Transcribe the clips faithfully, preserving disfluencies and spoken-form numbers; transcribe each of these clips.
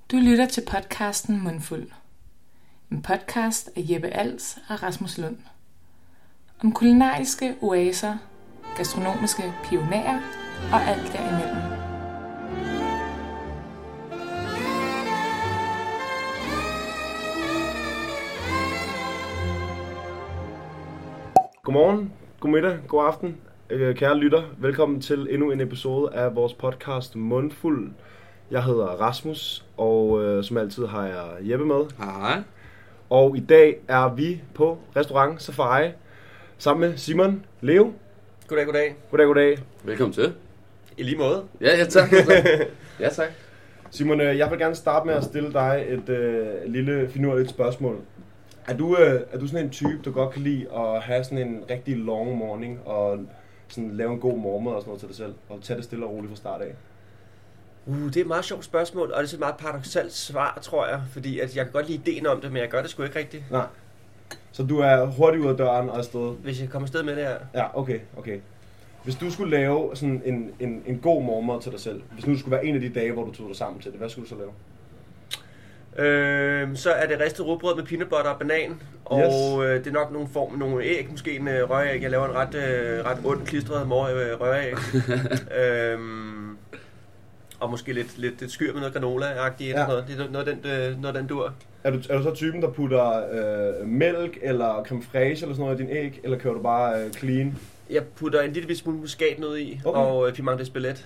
Du lytter til podcasten Mundfuld. En podcast af Jeppe Als og Rasmus Lund. Om kulinariske oaser, gastronomiske pionerer og alt derimellem. Godmorgen, god middag, god aften, kære lytter. Velkommen til endnu en episode af vores podcast Mundfuld. Jeg hedder Rasmus, og øh, som altid har jeg Jeppe med. Hej. Og i dag er vi på restaurant Safari sammen med Simon, Leo. Goddag, goddag. Goddag, goddag. Velkommen til. I lige måde. Ja, ja tak. Ja, tak. Ja, tak. Simon, øh, jeg vil gerne starte med at stille dig et øh, lille finurligt spørgsmål. Er du, øh, er du sådan en type, der godt kan lide at have sådan en rigtig long morning og sådan lave en god morgenmad og sådan noget til dig selv, og tage det stille og roligt fra start af? Uh, det er et meget sjovt spørgsmål, og det er et meget paradoksalt svar, tror jeg, fordi at jeg kan godt lide ideen om det, men jeg gør det sgu ikke rigtigt. Nej. Så du er hurtigt ud af døren og afsted? Hvis jeg kommer afsted med det her. Ja, okay, okay. Hvis du skulle lave sådan en, en, en god morgenmad til dig selv, hvis nu det skulle være en af de dage, hvor du tog dig sammen til det, hvad skulle du så lave? Øh, så er det ristet rugbrød med peanut butter og banan, og yes. øh, det er nok nogle form nogle æg, måske en øh, røræg. Jeg laver en ret, øh, ret ond klistret mor, øh, røræg. øh, og måske lidt, lidt, lidt skyr med noget granola-agtigt. Ja. Noget. Det er noget den, øh, noget den dur. Er du, er du så typen, der putter øh, mælk eller creme fraiche eller sådan noget i din æg, eller kører du bare øh, clean? Jeg putter en lille smule muskat i, okay. og øh, piment d'Espelette.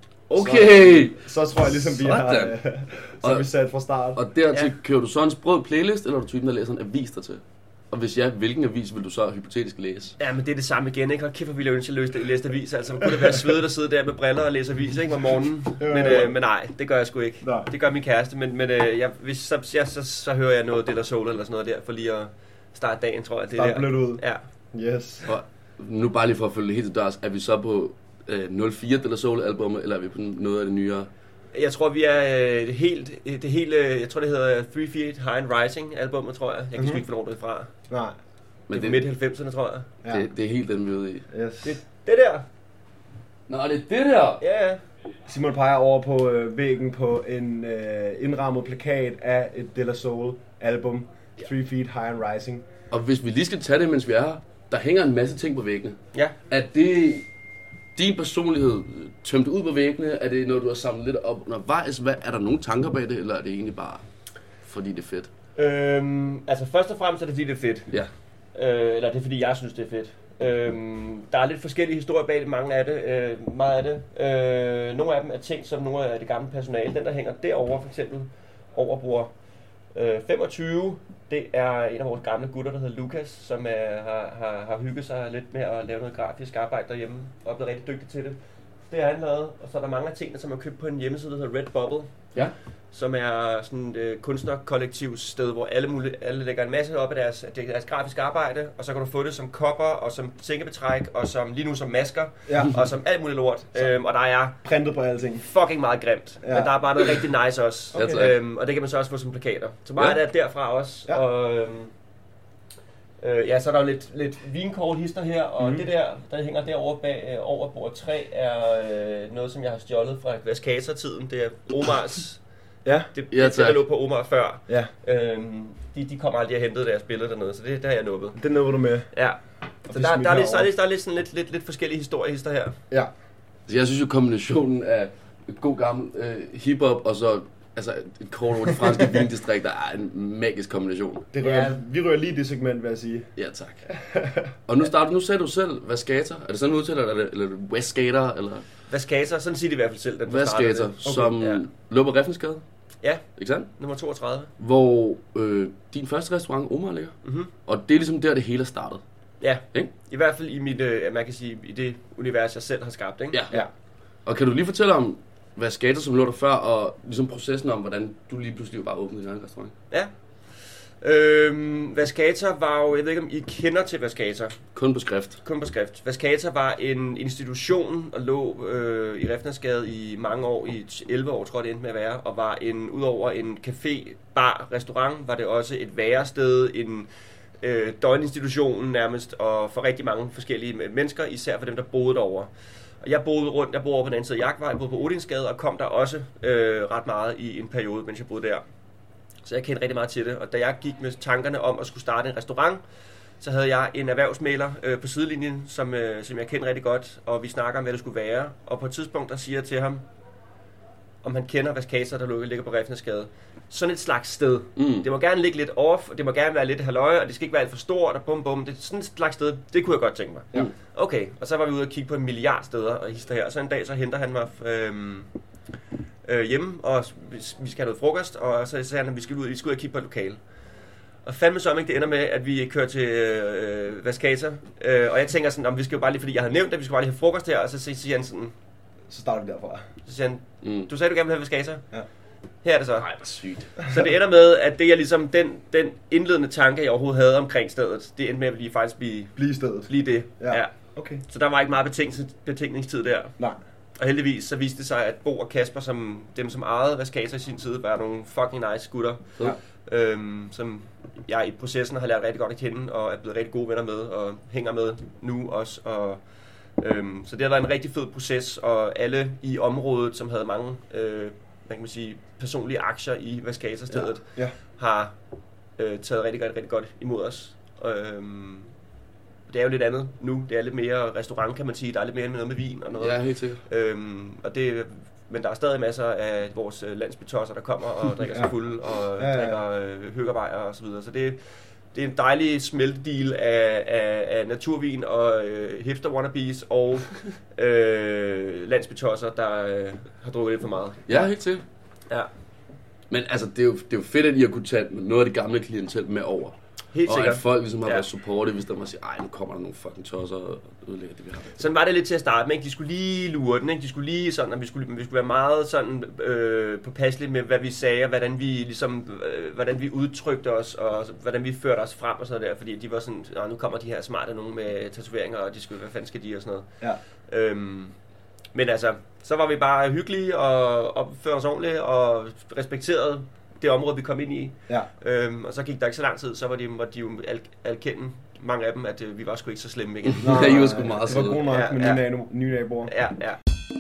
Okay! Så, så tror jeg ligesom, vi har øh, så og, vi sat fra start. Og dertil ja. Kører du så en sprød playlist, eller er du typen, der læser en avis der til? Og hvis ja, hvilken avis vil du så hypotetisk læse? Ja, men det er det samme igen, ikke? Og kæft, hvor ville jeg ønske, at jeg læste avis. Altså, kunne det være svedet at sidde der med briller og læse avis, ikke? Om morgenen. Men, øh, men nej, det gør jeg sgu ikke. Nej. Det gør min kæreste, men, men øh, jeg, hvis, så, ja, så, så hører jeg noget af det der soul eller sådan noget der, for lige at starte dagen, tror jeg. Det Start blødt ud. Ja. Yes. Og nu bare lige for at følge det helt til dørs, er vi så på øh, nul fire det der soul album, eller er vi på noget af det nyere? Jeg tror vi er øh, det helt det hele jeg tror det hedder Three Feet High and Rising albumet, tror jeg. Jeg kan mm-hmm. sgu ikke finde ordet fra. Nej. Men det er midt i halvfemserne, tror jeg. Ja. Det, det er helt den vi er ude i. Yes. Det, det der. Nå, det er det der. Ja, ja. Simon peger over på øh, væggen på en øh, indrammet plakat af et De La Soul album, ja. Three Feet High and Rising. Og hvis vi lige skal tage det, mens vi er her, der hænger en masse ting på væggene. Ja. Er det din personlighed tømt ud på væggene? Er det noget, du har samlet lidt op undervejs? Hvad, er der nogle tanker bag det, eller er det egentlig bare fordi det er fedt? Øhm, altså først og fremmest er det fordi det er fedt. Ja. Øh, eller det er fordi jeg synes det er fedt. Øhm, der er lidt forskellige historier bag det, mange af det, øh, meget af det. Øh, nogle af dem er ting som nogle af det gamle personale. Den der hænger derovre for eksempel over bord øh, femogtyve. Det er en af vores gamle gutter, der hedder Lukas, som er, har, har, har hygget sig lidt med at lave noget grafisk arbejde derhjemme, og er blevet rigtig dygtig til det. Det har han lavet, og så er der mange af tingene, som er købt på en hjemmeside, der hedder Redbubble, ja. Som er sådan et uh, kunstnerkollektivsted, hvor alle, mulige, alle lægger en masse op af deres, deres grafiske arbejde, og så kan du få det som kopper, og som sænkebetræk, og som lige nu som masker, ja. Og som alt muligt lort. Øhm, og der er printet på alting. Fucking meget grimt, ja. Men der er bare noget rigtig nice også. Okay. Øhm, og det kan man så også få som plakater. Så meget ja. Er der derfra også. Ja. Og, øhm, øh, ja, så er der jo lidt, lidt vinkårhister her, og mm. det der, der hænger derovre bag øh, over bord tre, er øh, noget, som jeg har stjålet fra Glaskator-tiden. Det er Omars. Ja, det, ja, det der lå på Omar før. Ja. Øhm, de, de kommer aldrig og hentede deres billeder dernede, så det, det har jeg nubbet. Det nubber du med. Ja. Så der, der, er lidt, der, er lidt, der er lidt, sådan lidt, lidt, lidt forskellige historiehister her. Ja. Så jeg synes jo kombinationen af god gammel øh, hiphop og så altså et kort over de franske vindistrikter er en magisk kombination. Det rører, ja. Vi rører lige det segment, vil jeg sige. Ja, tak. Og nu starter nu sagde du selv Vaskator. Er det sådan en udtaler, eller, eller Westgator, eller? Vaskator, sådan siger de i hvert fald selv. Den Vaskator, okay. Som ja. Lå på Refsensgade. Ja, ikke sandt? Nummer toogtredive. Hvor øh, din første restaurant, Omar, ligger. Mm-hmm. Og det er ligesom der, det hele er startet. Ja, ikke? I hvert fald i mit, øh, man kan sige, i det univers, jeg selv har skabt, ikke? Ja. Ja. Og kan du lige fortælle om Vaskator, som lå der før, og ligesom processen om, hvordan du lige pludselig bare åbnede din egen restaurant? Ja. Øhm, Vaskator var jo, jeg ved ikke om I kender til Vaskator. Kun på skrift. Kun på skrift. Vaskator var en institution og lå øh, i Refsensgade i mange år, i elleve år tror jeg det endte med at være, og var en, udover en café, bar, restaurant, var det også et værested, en øh, døgninstitution nærmest, og for rigtig mange forskellige mennesker, især for dem der boede derovre. Og jeg boede rundt, jeg boede over på den anden side af Jagtvej, jeg boede på Odinsgade, og kom der også øh, ret meget i en periode, mens jeg boede der. Så jeg kendte rigtig meget til det, og da jeg gik med tankerne om at skulle starte en restaurant, så havde jeg en erhvervsmægler øh, på sidelinjen, som, øh, som jeg kendte rigtig godt, og vi snakker om, hvad det skulle være. Og på et tidspunkt, der siger jeg til ham, om han kender Vaskator, der ligger på Refsnæsgade. Sådan et slags sted. Mm. Det må gerne ligge lidt off, det må gerne være lidt halløje, og det skal ikke være alt for stort, og bum bum. Det er sådan et slags sted, det kunne jeg godt tænke mig. Ja. Okay, og så var vi ude og kigge på en milliard steder og hister her. Og så en dag, så henter han mig øh, øh, hjemme, og vi skal have noget frokost, og så sagde han, at vi skal ud, vi skal ud og kigge på et lokale. Og fandme så ikke det ender med, at vi kører til øh, Vaskator, øh, og jeg tænker sådan, om vi skal jo bare lige, fordi jeg har nævnt det, vi skal bare lige have frokost her, og så siger han sådan, så starter vi derfra. Så siger han, mm. du sagde, du gerne ville have Vaskator? Ja. Her er det så. Nej, hvor sygt. Så det ender med, at det er ligesom den, den indledende tanke, jeg overhovedet havde omkring stedet, det endte med at blive, faktisk blive, blive stedet. Blive det. Ja. Ja. Okay. Så der var ikke meget betænknings, betænkningstid der. Nej. Og heldigvis så viste det sig, at Bo og Kasper, som dem som ejede Vaskator i sin tid, var nogle fucking nice gutter. Ja. Øhm, som jeg i processen har lært rigtig godt at kende, og er blevet rigtig gode venner med, og hænger med nu også. Og, øhm, så det har været en rigtig fed proces, og alle i området, som havde mange øh, hvad kan man sige, personlige aktier i Vaskator-stedet, ja. Ja. har øh, taget rigtig, rigtig, rigtig godt imod os. Øhm, det er jo lidt andet nu. Det er lidt mere restaurant, kan man sige. Der er lidt mere noget med vin og noget. Ja, helt sikkert. Øhm, og det, men der er stadig masser af vores landsbytosser, der kommer og drikker ja. sig fulde og ja, ja, ja. drikker øh, høgervejer og så videre. Så det, det er en dejlig smeltedeal af, af, af naturvin og øh, hipster wannabes og øh, landsbytosser, der øh, har drukket lidt for meget. Ja, helt sikkert. Ja. Men altså, det er, jo, det er jo fedt, at I har kunne tage noget af det gamle klientel med over. Helt og sikkert. at folk ligesom har ja. været supportive, hvis der må sige, ej, nu kommer der nogle fucking tosser og ødelægger det, vi har. Sådan var det lidt til at starte med, ikke? De skulle lige lure den, ikke? De skulle lige sådan, at vi skulle, vi skulle være meget sådan øh, påpasselige med, hvad vi sagde, og hvordan vi ligesom, øh, hvordan vi udtrykte os, og hvordan vi førte os frem og sådan der, fordi de var sådan, nu kommer de her smarte nogen med tatoveringer, og de skulle, hvad fanden skal de og sådan noget. Ja. Øhm, men altså, så var vi bare hyggelige og opførte os ordentligt og respekterede det område, vi kom ind i. Ja. Øhm, og så gik der ikke så lang tid, så var de, var de jo al- alkende, mange af dem, at øh, vi var sgu ikke så slemme igen. Nej, ja, I var sgu meget søde. Det var god nok ja, med ja. nye, nye naboer. Ja, ja.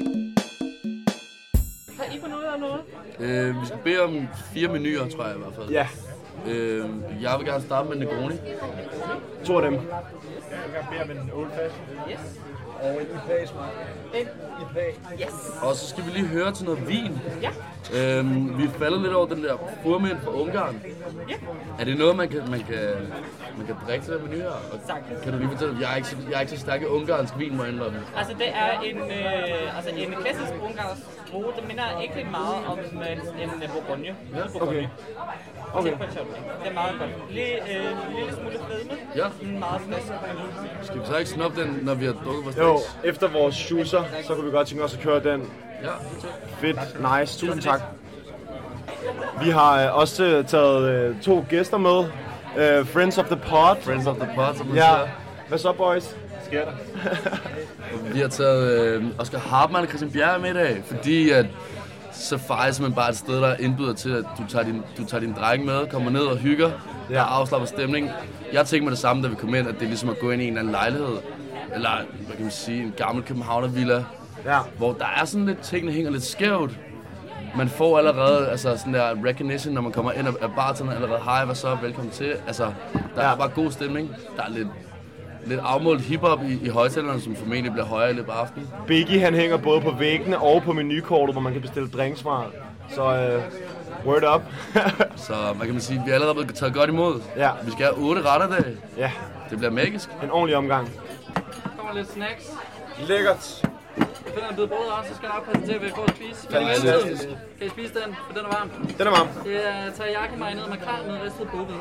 Har I fundet ud af noget? Øh, vi skal bede om fire menuer, tror jeg i hvert fald. Ja. Øh, jeg vil gerne starte med Negroni. To af dem. Jeg vil gerne bede om en old fashion. Yes. Og en I P A smag. En I P A. Yes. Og så skal vi lige høre til noget vin. Ja. Øhm, vi er faldet lidt over den der Furmand fra Ungarn. Ja. Er det noget, man kan, man kan, man kan drikke til den menu her? Og kan du lige fortælle, jeg er ikke så, jeg er ikke så stærk i ungarsk vin, må jeg indrømme. Altså det er en, øh, altså en klassisk ungarsk drue, der minder ikke meget om en, en Bourgogne. Ja. Okay. Okay. Det er meget godt. Lige øh, en lille smule fedme. Ja. Meget frisk. Skal vi så ikke snuppe den, når vi har drukket vores Jo, efter vores schusser, så kunne vi godt tænke os at køre den. Ja. Fedt, nice, tusind tak. Vi har øh, også øh, taget øh, to gæster med. Øh, Friends of the Pod. Friends of the Pod, som man ja. siger. Hvad så, boys? Sker der? Vi har taget øh, Oscar Hartmann og Christian Bjerre med i dag, fordi at Safari er simpelthen bare et sted, der indbyder til, at du tager din, du tager din dreng med, kommer ned og hygger, ja. Der afslapper stemning. Jeg tænkte mig det samme, da vi kom ind, at det er ligesom at gå ind i en eller anden lejlighed, eller hvad kan man sige, en gammel københavnervilla, ja. Hvor der er sådan lidt, tingene hænger lidt skævt. Man får allerede altså sådan der recognition, når man kommer ind af bartenderen allerede, hej, hvad så, velkommen til. Altså, der ja. Er bare god stemning. Der er lidt, lidt afmålt hiphop i, i højtalerne, som formentlig bliver højere i løbet af aftenen. Biggie, han hænger både på væggene og på menukortet, hvor man kan bestille drinks fra. Så uh, word up. Så hvad kan man sige, vi er allerede blevet taget godt imod. Ja. Vi skal have otte retter i dag. Ja. Det bliver magisk. En ordentlig omgang. Der kommer lidt snacks. Lækkert. Jeg finder en bid brød også, så skal jeg nok præsentere, hvad I får at spise. Fantastisk. Kan I spise den? For den er varm. Den er varm. Det er teriyaki marineret makrel med ristet bogved.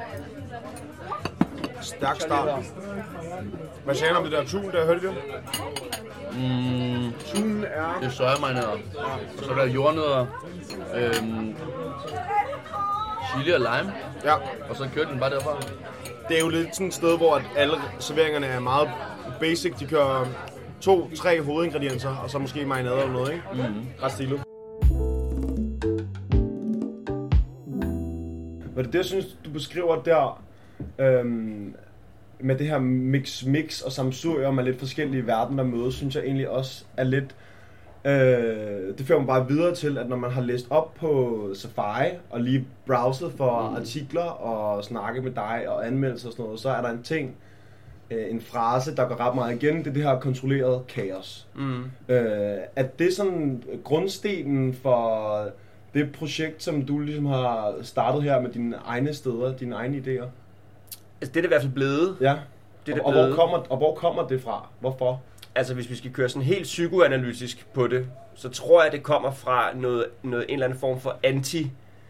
Stærk start. Hvad sagde du om det der tun, der hørte vi? Mm, Tunen er... det er sojamarineret. Og så er der jordnødder, øhm, chili og lime. Ja. Og så kører den bare derfra. Det er jo lidt sådan et sted, hvor alle serveringerne er meget basic. De kører to, tre hovedingredienser, og så måske marinade eller noget, ikke? Mm-hmm. Ret stilet. Hvad er det, det, jeg synes, du beskriver der, øhm, med det her mix-mix og samsurium med lidt forskellige verdener, der mødes, synes jeg egentlig også er lidt... Øh, det fører mig bare videre til, at når man har læst op på Safari og lige browset for mm. artikler og snakket med dig og anmeldelser og sådan noget, så er der en ting, øh, en frase, der går ret meget igen, det er det her kontrolleret kaos. Mm. Øh, at det er sådan grundstenen for det projekt, som du ligesom har startet her med dine egne steder, dine egne idéer? Altså det er det i hvert fald blevet. Ja, det er det og, og, hvor kommer, og hvor kommer det fra? Hvorfor? Altså hvis vi skal køre sådan helt psykoanalytisk på det, så tror jeg, det kommer fra noget, noget en eller anden form for anti,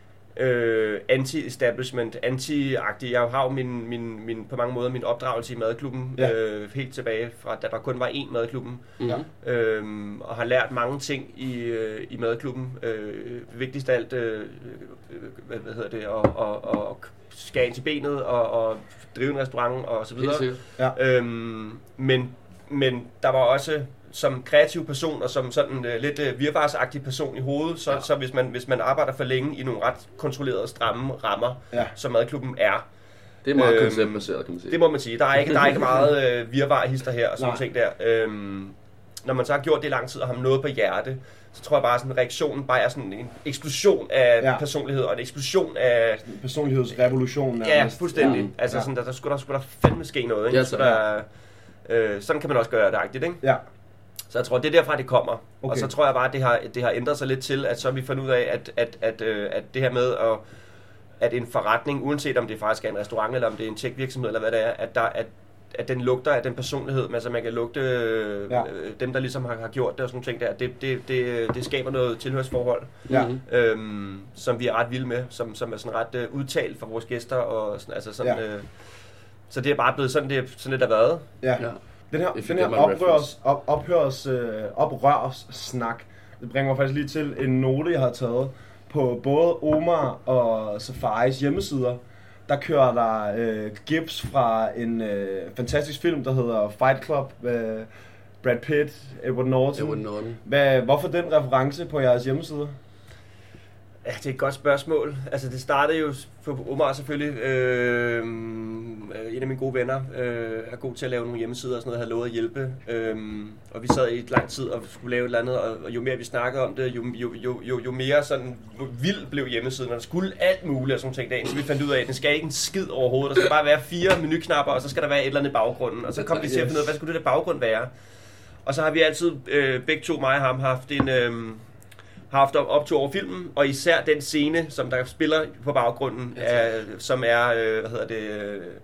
øh, anti-establishment, anti-agtig. Jeg har jo min, min, min, på mange måder min opdragelse i madklubben, ja. øh, helt tilbage fra, da der kun var én madklubben, ja. øhm, og har lært mange ting i, øh, i madklubben. Øh, vigtigst af alt, øh, hvad, hvad hedder det, at og, og skære ind til benet og, og drive en restaurant og så videre. Ja. Øhm, men Men der var også, som kreativ person og som sådan uh, lidt uh, virvarsagtig person i hovedet, så, ja. så hvis, man, hvis man arbejder for længe i nogle ret kontrollerede, stramme rammer, ja. som madklubben er. Det er meget øhm, konceptbaseret, kan man sige. Det må man sige. Der er ikke, der er ikke meget uh, virvar-hister her og sådan ting der. Øhm, når man så har gjort det i lang tid og har noget på hjerte, så tror jeg bare, at sådan reaktionen bare er sådan en eksplosion af ja. personlighed og en eksplosion af... Personlighedsrevolution. Ja, fuldstændig. Ja. Altså, sådan, der, der, skulle der skulle der fandme ske noget. Ikke? Ja, så der, Øh, sådan kan man også gøre det agtigt, ikke? Ja. Så jeg tror, det er derfra, det kommer. Okay. Og så tror jeg bare, at det har, det har ændret sig lidt til, at så vi fundet ud af, at, at, at, at, at det her med, at, at en forretning, uanset om det faktisk er en restaurant, eller om det er en tech-virksomhed, eller hvad det er, at, der, at, at den lugter af den personlighed, altså man kan lugte ja. øh, dem, der ligesom har, har gjort det og sådan nogle ting der, det, det, det, det skaber noget tilhørsforhold, ja. øhm, som vi er ret vilde med, som, som er sådan ret øh, udtalt for vores gæster, og sådan, altså sådan... Ja. Øh, Så det er bare blevet sådan, det er, sådan lidt har været. Ja. Ja. Den her, den her oprørs, op, ophørs, øh, oprørs snak, det bringer mig faktisk lige til en note, jeg har taget på både Omar og Safaris hjemmesider. Der kører der øh, gifs fra en øh, fantastisk film, der hedder Fight Club. Øh, Brad Pitt, Edward Norton. Edward Norton. Hvad, hvorfor den reference på jeres hjemmesider? Ja, det er et godt spørgsmål. Altså, det startede jo for Omar selvfølgelig. Øh, en af mine gode venner øh, er god til at lave nogle hjemmesider og sådan noget, havde lovet at hjælpe. Øh, og vi sad i et lang tid og skulle lave et eller andet, og, og jo mere vi snakkede om det, jo, jo, jo, jo, jo mere sådan vild blev hjemmesiden, og der skulle alt muligt og sådan ting derinde. Så vi fandt ud af, at den skal ikke en skid overhovedet. Der skal bare være fire menuknapper, og så skal der være et eller andet i baggrunden. Og så kom vi til at finde ud af, hvad skulle det der baggrund være? Og så har vi altid, øh, begge to, mig og ham, haft en... Øh, har haft op til over filmen, og især den scene, som der spiller på baggrunden, er, som er, øh, hvad hedder det,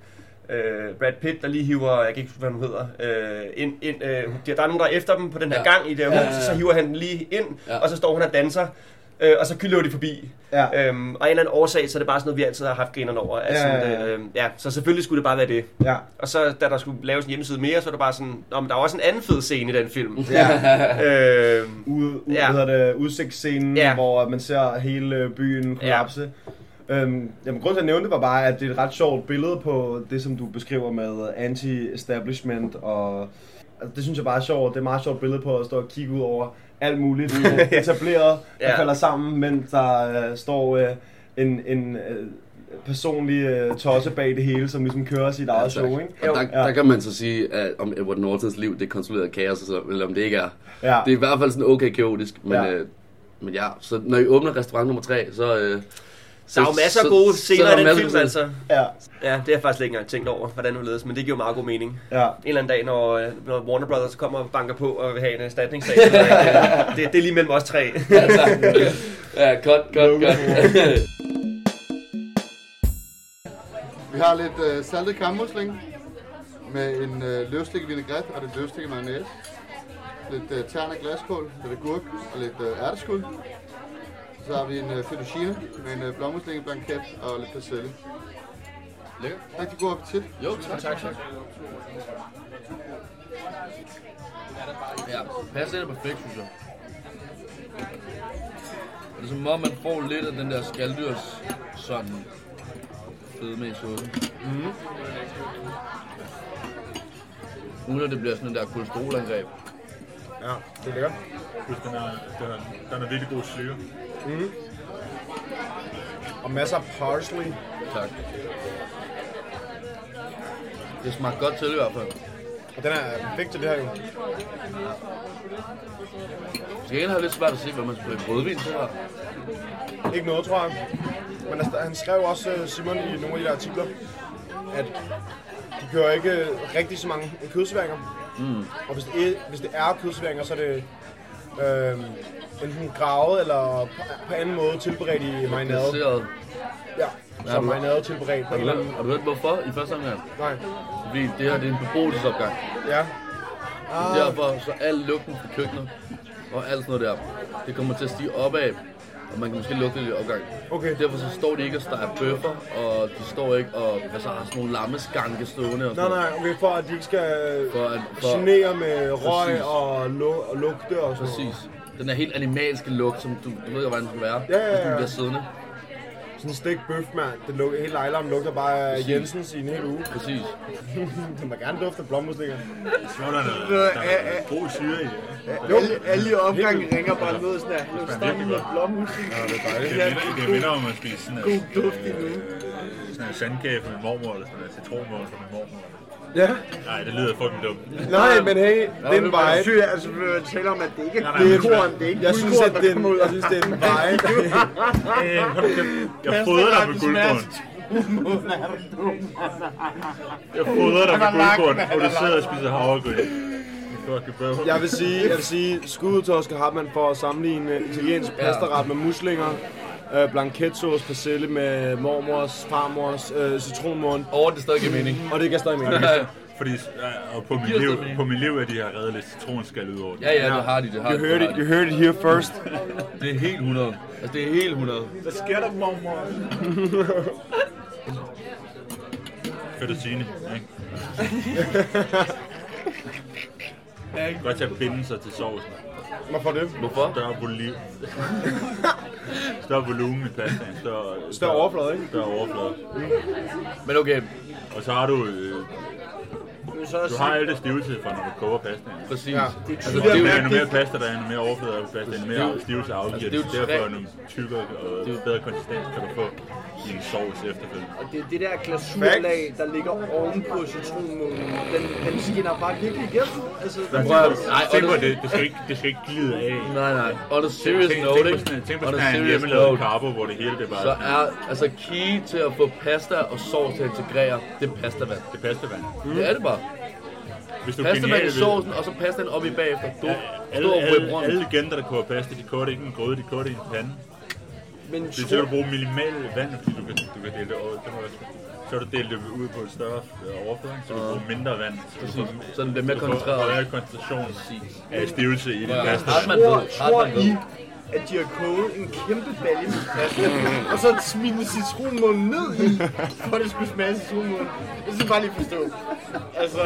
øh, Brad Pitt, der lige hiver, jeg kan ikke huske, hvad hun hedder, øh, ind, ind, øh, der er nogen, der er efter dem på den her ja. gang i det her hus, ja, ja, ja. Så hiver han den lige ind, ja. og så står han og danser, øh, og så løber de forbi. Ja. Øhm, og en eller anden årsag, så er det bare sådan noget, vi altid har haft grinerne over. Altså, ja, ja, ja. Øh, ja, så selvfølgelig skulle det bare være det. Ja. Og så, da der skulle laves en hjemmeside mere, så er det bare sådan, nå, men der er også en anden fed scene i den film. Ja. øh, Ud, ud, ja. Hvad hedder det, udsigtsscenen, ja. hvor man ser hele byen kollapse. Ja. Øhm, jamen, grunden til at nævne det var bare, at det er et ret sjovt billede på det, som du beskriver med anti-establishment, og altså, det synes jeg bare er sjovt. Det er et meget sjovt billede på at stå og kigge ud over alt muligt etableret, der ja. falder sammen, mens der øh, står øh, en, en øh, personlig øh, tosse bag det hele, som ligesom kører sit eget ja, show, ikke? Og der, ja. der kan man så sige, at om Edward Nortons liv, det er kontrolleret kaos, så, eller om det ikke er. Ja. Det er i hvert fald sådan okay kaotisk, men ja, øh, men ja, så når I åbner restaurant nummer tre, så... Øh, der er jo masser af gode scener i den film, altså. Ja. Ja, det har jeg faktisk ikke engang tænkt over, hvordan det ledes, men det giver meget god mening. Ja. En eller anden dag, når, når Warner Brothers kommer og banker på og vil have en erstatningssag, det, det, det er lige mellem os tre. Ja, ja, godt, godt, godt. Vi har lidt øh, saltet kammusling med en øh, løvstik vinaigrette og lidt løvstik mayonnaise. Lidt øh, tern af glaskål, lidt agurk og lidt øh, ærteskud. Så har vi en uh, fettuccine med en uh, blommuslingeblanket og lidt persille. Lækker. Rigtig god appetit. Jo, tak. tak, tak. Ja, passer det perfekt, synes jeg. Det er som om, man får lidt af den der skaldyrs sådan fedme i såsen. Mm-hmm. Uden at det bliver sådan en der kolesterolangreb. Ja, det er lækkert. Den er, den er, den er virkelig god syre. Mm. Og masser af parsley. Tak. Det smager godt til i hvert fald. Og den er perfekt til det her jo. Skal ikke have lidt svært at se, hvad man skal bruge rødvin til her. Ikke noget, tror jeg. Men altså, han skrev også, Simon, i nogle af de der artikler, at de kører ikke rigtig så mange kødserveringer. Mm. Og hvis det, er, hvis det er kødserveringer, så er det øh, enten gravet eller på, på anden måde tilberedt i marinade. Ja, som marinade tilberedt. Har du, hørt, har du hørt hvorfor i første omgang? Nej. Fordi det her det er en beboelsesopgang. Ja. Ah. Derfor så al lugten fra køkkenet og alt sådan noget der, det kommer til at stige opad. Og man kan måske lugte det i opgang. Okay. Derfor så står de ikke og steger bøffer, og de står ikke og altså, har sådan nogle lammeskanke stående og sådan. Nej, nej, okay, for at de ikke skal for at, for, genere med røg og, lu- og lugte og sådan. Præcis. Den der helt animalske lugt, som du, du ved jo, hvordan den skal være, ja, ja, ja. hvis du bliver siddende. Sådan en stik bøf, mand. Det lugter, hele lejligheden lugter bare af Jensens i en hel uge. Præcis. Du må gerne dufte af blommuslinger. Så er der noget, der er god syre i. Alle, alle i omgangen ringer bare ned sådan her. Nu starter med blommuslinger. Ja, det er dejligt. Det minder om at spise sådan god duft i nu. Sådan en sandkage fra min mormor, eller sådan en citronmål fra min mormor. Ja. Nej, det lyder fucking dumt. Nej, men hey, det er en vibe. Altså, vi vil tale om, at det ikke er guldkorn. Det er ikke jeg synes, at det er en, jeg synes, det er en vibe. Jeg fodrer dig med guldkorn. Jeg fodrer dig med guldkorn, og du sidder og spiser havregryn. Jeg vil sige, jeg vil sige, skud til Oscar Hartmann for at sammenligne italiensk pastaret med muslinger. Øh, blanketsauce, persille med mormors, farmors, øh, citronmåne. Og det stadig giver mening. Og det kan stadig mening. Fordi og på min liv, på min liv er de har reddet lidt citronskal ud over det. Ja, ja, det har de, det har you de. Heard it, you heard it here first. Det er helt hundrede. Altså, det er helt hundrede. Hvad sker der, mormor? Fettuccine, ikke? Jeg kan godt til at binde sig til sovsen. Hvorfor det? Hvorfor? Større volumen. Større volumen i pastaen. Større, større overflade, ikke? Større overflade. Mm. Men okay. Og så har du... Øh, du har alt det stivelse fra, når du koger pastaen. Præcis. Ja. Det altså, det er jo mere pasta, der er noget mere overflade af pasta, en mere stivelse afgiver. Altså, derfor er nogle tykkere og bedre konsistens kan du få i en sovs efterfølgende. Og det, det der glasurlag, der ligger oven på citronmålen, den, den skinner bare virkelig igennem. Altså, den prøver, nej, tænk på, det, det, skal ikke, det skal ikke glide af. Nej, nej. On a serious note, ikke? Tænk på sådan en hjemmelavet carbo, hvor det hele det bare... Så er altså key til at få pasta og sovs til at integrere, det er pastavand. Det er pastavand. Mm. Det er det bare. Hvis du pastavand i sovsen, og så pastaen op i bagefter. Du, ja, alle, alle, alle legender, der koger pasta, de koger det ikke i en gryde, de koger det i en pande. Men det så kan du bruge minimalt vand, fordi du kan, du kan dele det over. Det må jeg, så har du delt det ud på et større overflade, så du bruger mindre vand. Så, du, så den bliver mere koncentreret. Så højere koncentration af stivelse i din pasta. Tror I, at de har koget en kæmpe balje med pasta, og så smidt citronmålen ned i, for at det skulle smage citronmålen? Det skal bare lige forstå. Altså...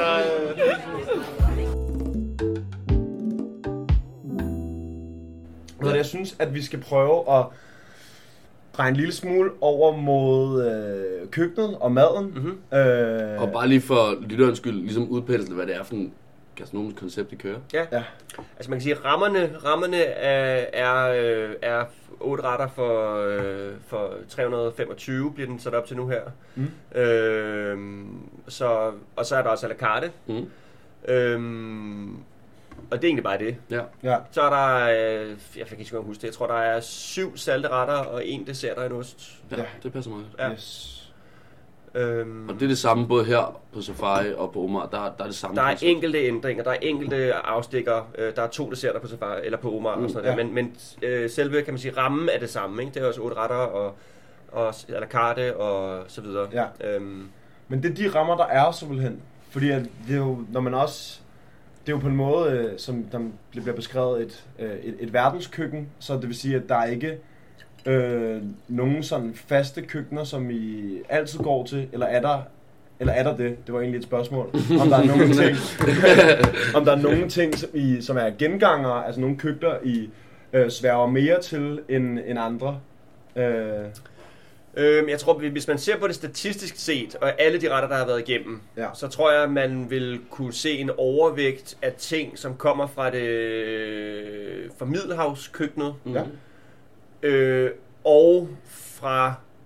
Jeg synes, at vi skal prøve at dreje en lille smule over mod øh, køkkenet og maden. Mm-hmm. Øh, og bare lige for lytterens skyld, ligesom udpensle, hvad det er for en gastronomisk koncept, I kører. Ja. ja. Altså man kan sige, rammerne, rammerne er, er, er otte retter for, øh, for tre hundrede og femogtyve, bliver den sat op til nu her. Mm. Øh, så, og så er der også à la carte. Mm. Øh, Og det er egentlig bare det. Ja. Ja. Så er der, øh, jeg fik ikke engang huske det, jeg tror der er syv salte retter og en dessert og en ost. Ja, ja. Det passer meget. Ja. Yes. Øhm, og det er det samme både her på Safari og på Omar, der, der er det samme. Der er koncept. Enkelte ændringer, der er enkelte afstikker, øh, der er to desserter på Safari, eller på Omar mm, og sådan noget ja. der, men, men øh, selve, kan man sige, rammen er det samme, ikke? Det er også otte retter og, og à la carte og så videre. Ja. Øhm. Men det er de rammer, der er simpelthen, fordi at det er jo, når man også... Det er jo på en måde, øh, som der bliver beskrevet et, øh, et, et verdenskøkken, så det vil sige, at der er ikke øh, nogen sådan faste køkkener, som I altid går til, eller er der, eller er der det? Det var egentlig et spørgsmål. Om der er nogle ting, om der er nogle ting som, I, som er gengangere, altså nogle køkkener, I øh, sværger mere til end, end andre. Øh. Øhm, jeg tror, hvis man ser på det statistisk set, og alle de retter, der har været igennem, ja. så tror jeg, at man vil kunne se en overvægt af ting, som kommer fra det fra Middelhavskøkkenet, ja. øh, og fra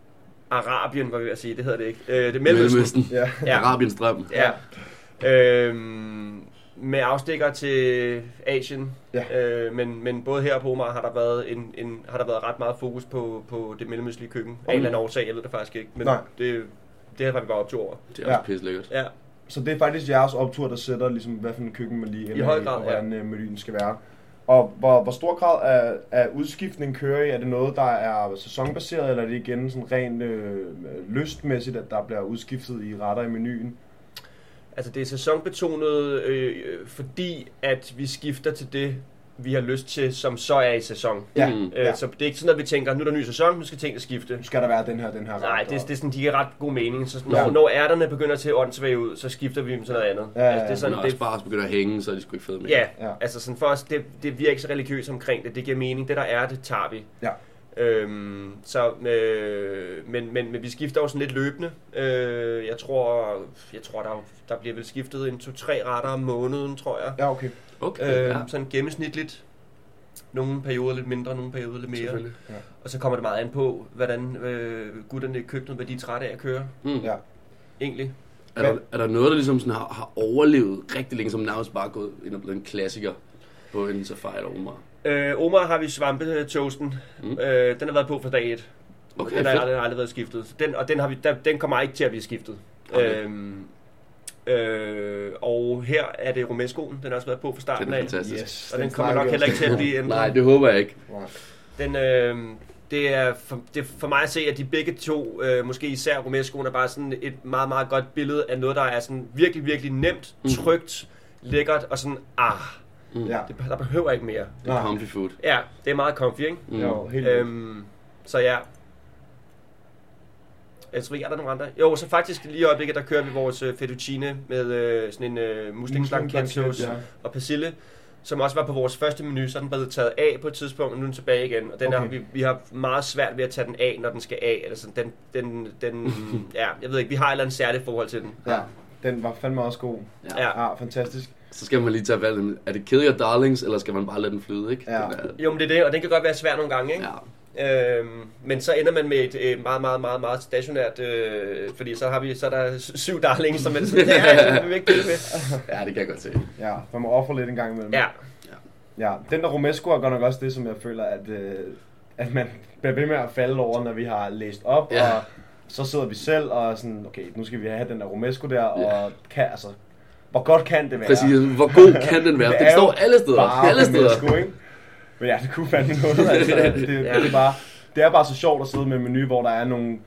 Arabien, var vi ved at sige, det hedder det ikke. Øh, det er Mellemøsten. Ja. Ja. Arabiens drøm. Ja. Øhm, med afstikker til Asien. Ja. Øh, men, men både her og på Omar har der været, en, en, har der været ret meget fokus på, på det mellemøstlige køkken. Af en eller anden årsag, jeg ved det faktisk ikke. Men Nej. det, det har vi bare optur over. Det er også ja. pisse lækkert. Ja. Så det er faktisk jeres optur, der sætter, ligesom, hvad for en køkken man lige ender i, høj grad, og hvordan ja. menuen skal være. Og hvor, hvor stor grad af, af udskiftning kører I? Er det noget, der er sæsonbaseret, eller er det igen sådan rent øh, lystmæssigt, at der bliver udskiftet i retter i menuen? Altså det er sæsonbetonet, øh, fordi at vi skifter til det, vi har lyst til, som så er i sæson. Ja. Øh, ja. Så det er ikke sådan, at vi tænker, nu er der ny sæson, nu skal tingene skifte. Nu skal der være den her, den her ret. Nej, det, det er sådan, de giver ret god mening. Så når, ja. når ærterne begynder til at åndssvage ud, så skifter vi dem til noget andet. Ja, ja, ja. Altså, det er sådan, når det spars begynder at hænge, så er de sgu ikke fede med. Ja, ja, altså sådan for os, det, det, vi er ikke så religiøse omkring det. Det giver mening. Det der er, det tager vi. Ja. Øhm, så, øh, men, men, men vi skifter jo sådan lidt løbende. Øh, jeg tror, jeg tror der, der bliver vel skiftet en to-tre retter om måneden, tror jeg. Ja, okay. okay øh, ja. Sådan gennemsnitligt. Nogle perioder lidt mindre, nogle perioder lidt mere. Ja. Og så kommer det meget an på, hvordan øh, gutterne i køkkenet, hvad de er trætte af at køre. Mm. Ja. Egentlig. Er der, er der noget, der ligesom sådan har, har overlevet rigtig længe, som nærmest bare gået ind og blevet en klassiker på en safari eller Omar? Øh, Omar har vi svampetoasten. Mm. Øh, den har været på fra dag et. Okay, den har aldrig, aldrig været skiftet. Den, og den, har vi, der, den kommer ikke til at blive skiftet. Okay. Øhm, øh, og her er det romescoen. Den har også været på fra starten af. Den er fantastisk. Yes, og den, den kommer nok heller ikke til at blive ændret. Nej, det håber jeg ikke. Den, øh, det, er for, det er for mig at se, at de begge to, øh, måske især romescoen, er bare sådan et meget, meget godt billede af noget, der er sådan virkelig, virkelig nemt, trygt, lækkert og sådan, ah, mm. det, der behøver ikke mere. Det er comfy food. Ja, det er meget comfy, ikke? Mm. Jo, helt øhm, så ja. Jeg tror ikke, er der nogen andre? Jo, så faktisk lige i øjeblikket, der kører vi vores uh, fettuccine med uh, sådan en uh, muslingslange-sauce ja. og persille, som også var på vores første menu, så er den blevet taget af på et tidspunkt, og nu er den tilbage igen. Og den okay. er, vi, vi har meget svært ved at tage den af, når den skal af. Altså, den, den, den, ja, jeg ved ikke, vi har et eller andet særligt forhold til den. Ja, den var fandme også god. Ja, ja fantastisk. Så skal man lige tage valget. Er det Kill Your Darlings, eller skal man bare lade den flyde, ikke? Ja. Den er... Jo, men det er det, og den kan godt være svær nogle gange, ikke? Ja. Øhm, men så ender man med et øh, meget, meget, meget, meget stationært, øh, fordi så har vi, så er der syv darlings, som er sådan, det er vi ikke med. Ja, det kan jeg godt se. Ja, man må ofre lidt en gang imellem. Ja. Ja, den der romesco er godt nok også det, som jeg føler, at, øh, at man bliver ved med at falde over, når vi har læst op, ja. og så sidder vi selv og sådan, okay, nu skal vi have den der romesco der, og ja. kan, altså, hvor godt kan det være? Præcis, hvor god kan den være? Det står alle steder, alle steder. Romesco, ikke? Men ja, det kunne fandme noget, altså, det, det, det, er bare, det er bare så sjovt at sidde med en menu, hvor der er nogle,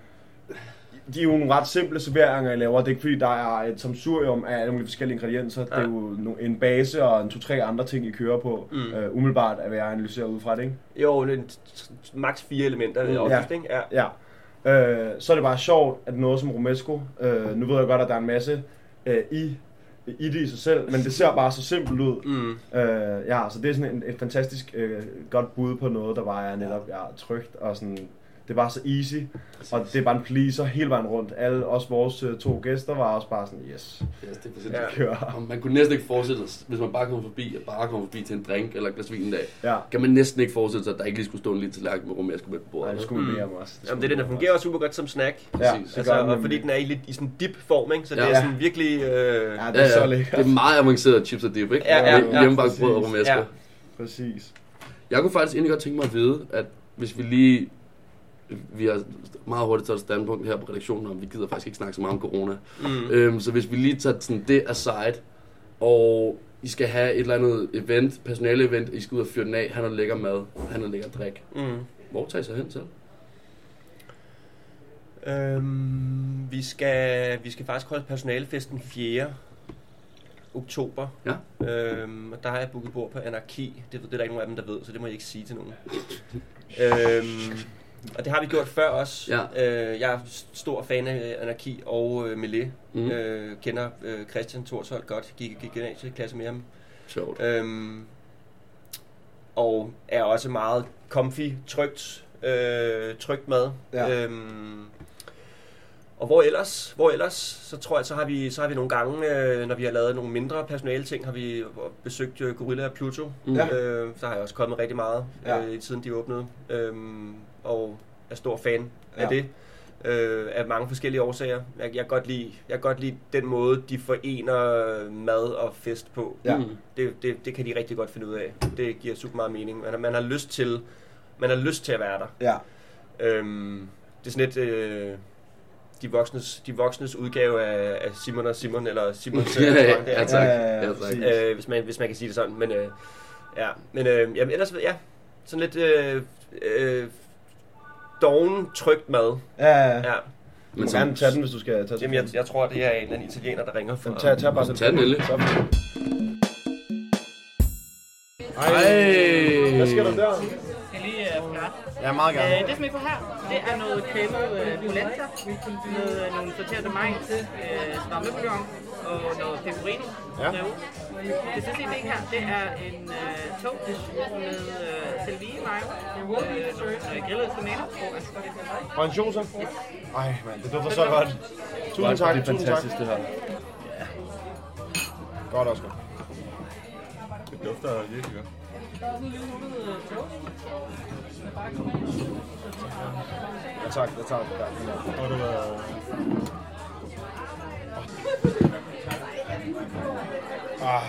de er jo nogle ret simple serveringer, I laver. Det er ikke fordi, der er et samsurium af alle mulige forskellige ingredienser. Ja. Det er jo en base og en to-tre andre ting, I kører på, mm. uh, umiddelbart, at jeg analyserer ud fra det, ikke? Jo, det er maks fire elementer, mm. ja. Oftest, ikke? Ja. ja. Uh, så er det bare sjovt, at noget som romesco, uh, nu ved jeg godt, at der er en masse uh, i, i det i sig selv, men det ser bare så simpelt ud. Mm. Uh, ja, så det er sådan et, et fantastisk uh, godt bud på noget, der bare er netop ja, trygt og sådan. Det var så easy, og det er bare en pleaser hele vejen rundt. Alle os vores uh, to gæster var også bare sådan, yes, yes det er det kører. Og man kunne næsten ikke forestille sig, hvis man bare kom forbi, og bare kom forbi til en drink eller et glas vin en dag, ja. kan man næsten ikke forestille sig, at der ikke lige skulle stå en lille tallerken med romesco med på bordet. Nej, det skulle mm. mere om os. Det, Jamen, det er det, der fungerer også super godt som snack. Ja, altså, og fordi den er i, lidt, i sådan en dip-form, ikke? Så det ja. er sådan virkelig... Øh... Ja, det er ja, ja. så lækkert. Det er meget avanceret chips og dip, ikke? Ja, ja, ja. Hjemmebagt brød og romesco. Ja. Præcis. Jeg kunne faktisk egentlig godt tænke mig at vide, at hvis vi lige... Vi har meget hurtigt taget et standpunkt her på redaktionen, og vi gider faktisk ikke snakke så meget om corona. Mm. Øhm, så hvis vi lige tager sådan det aside, og I skal have et eller andet event, personale-event, I skal ud og fyre den af, han har lækker mad, han har lækker drik. Mm. Hvor tager I så hen selv? Øhm, vi, skal, vi skal faktisk holde personalefesten fjerde oktober. Ja. Øhm, og der har jeg booket bord på Anarki. Det, det er der ikke nogen af dem, der ved, så det må jeg ikke sige til nogen. øhm, Og det har vi gjort før også. Ja. Øh, jeg er stor fan af Anarki og øh, Melé. Mm. Øh, kender øh, Christian Thorsholt godt. Gik i gymnasieklasse med ham. Sjovt. Øhm, og er også meget comfy, trygt, øh, trygt mad. Ja. Øhm, og hvor ellers, hvor ellers, så tror jeg, så har vi, så har vi nogle gange, øh, når vi har lavet nogle mindre personale ting, har vi besøgt øh, Gorilla og Pluto. Mm. Øh, så har jeg også kommet rigtig meget ja. øh, i tiden de åbnede. Øhm, og er stor fan af ja. det. øh, af mange forskellige årsager. Jeg, jeg, kan godt lide, jeg kan godt lide den måde, de forener mad og fest på. Ja. Det, det, det kan de rigtig godt finde ud af. Det giver super meget mening. Man, man har lyst til, man har lyst til at være der. Ja. Øhm, det er sådan lidt øh, de voksnes, de voksnes udgave af, af Simon og Simon eller Simons ja, ja, der, ja, tak. Ja, ja, ja, ja, øh, hvis man hvis man kan sige det sådan, men øh, ja, men øh, jamen, ellers ja, sådan lidt øh, øh, doven trygt mad. Ja, ja, ja. Ja. Du må gerne tage den, hvis du skal tage Jamen, jeg, jeg tror, det er en eller anden italiener, der ringer. For... Tag, tag bare sådan. Tag den, Lille. Ej. Hvad sker der der? Jeg lige uh, forklare. Ja, meget gerne. Uh, det som I får her, det er noget creme uh, polenta med uh, nogle sorterede majs til uh, svamlebouillon og noget pecorino. Ja. Det sidste idé her, det er en uh, toast med uh, selvi mayo, uh, grillet tomater og ansjoser. Og ansjoser? Ej, mand, det dufter så godt. Tusind tak, det er tusind fantastisk, tak. det her. Ja. Godt, Oscar. Det dufter virkelig godt. Ja, tak, jeg tager det der. Og du er... Ah.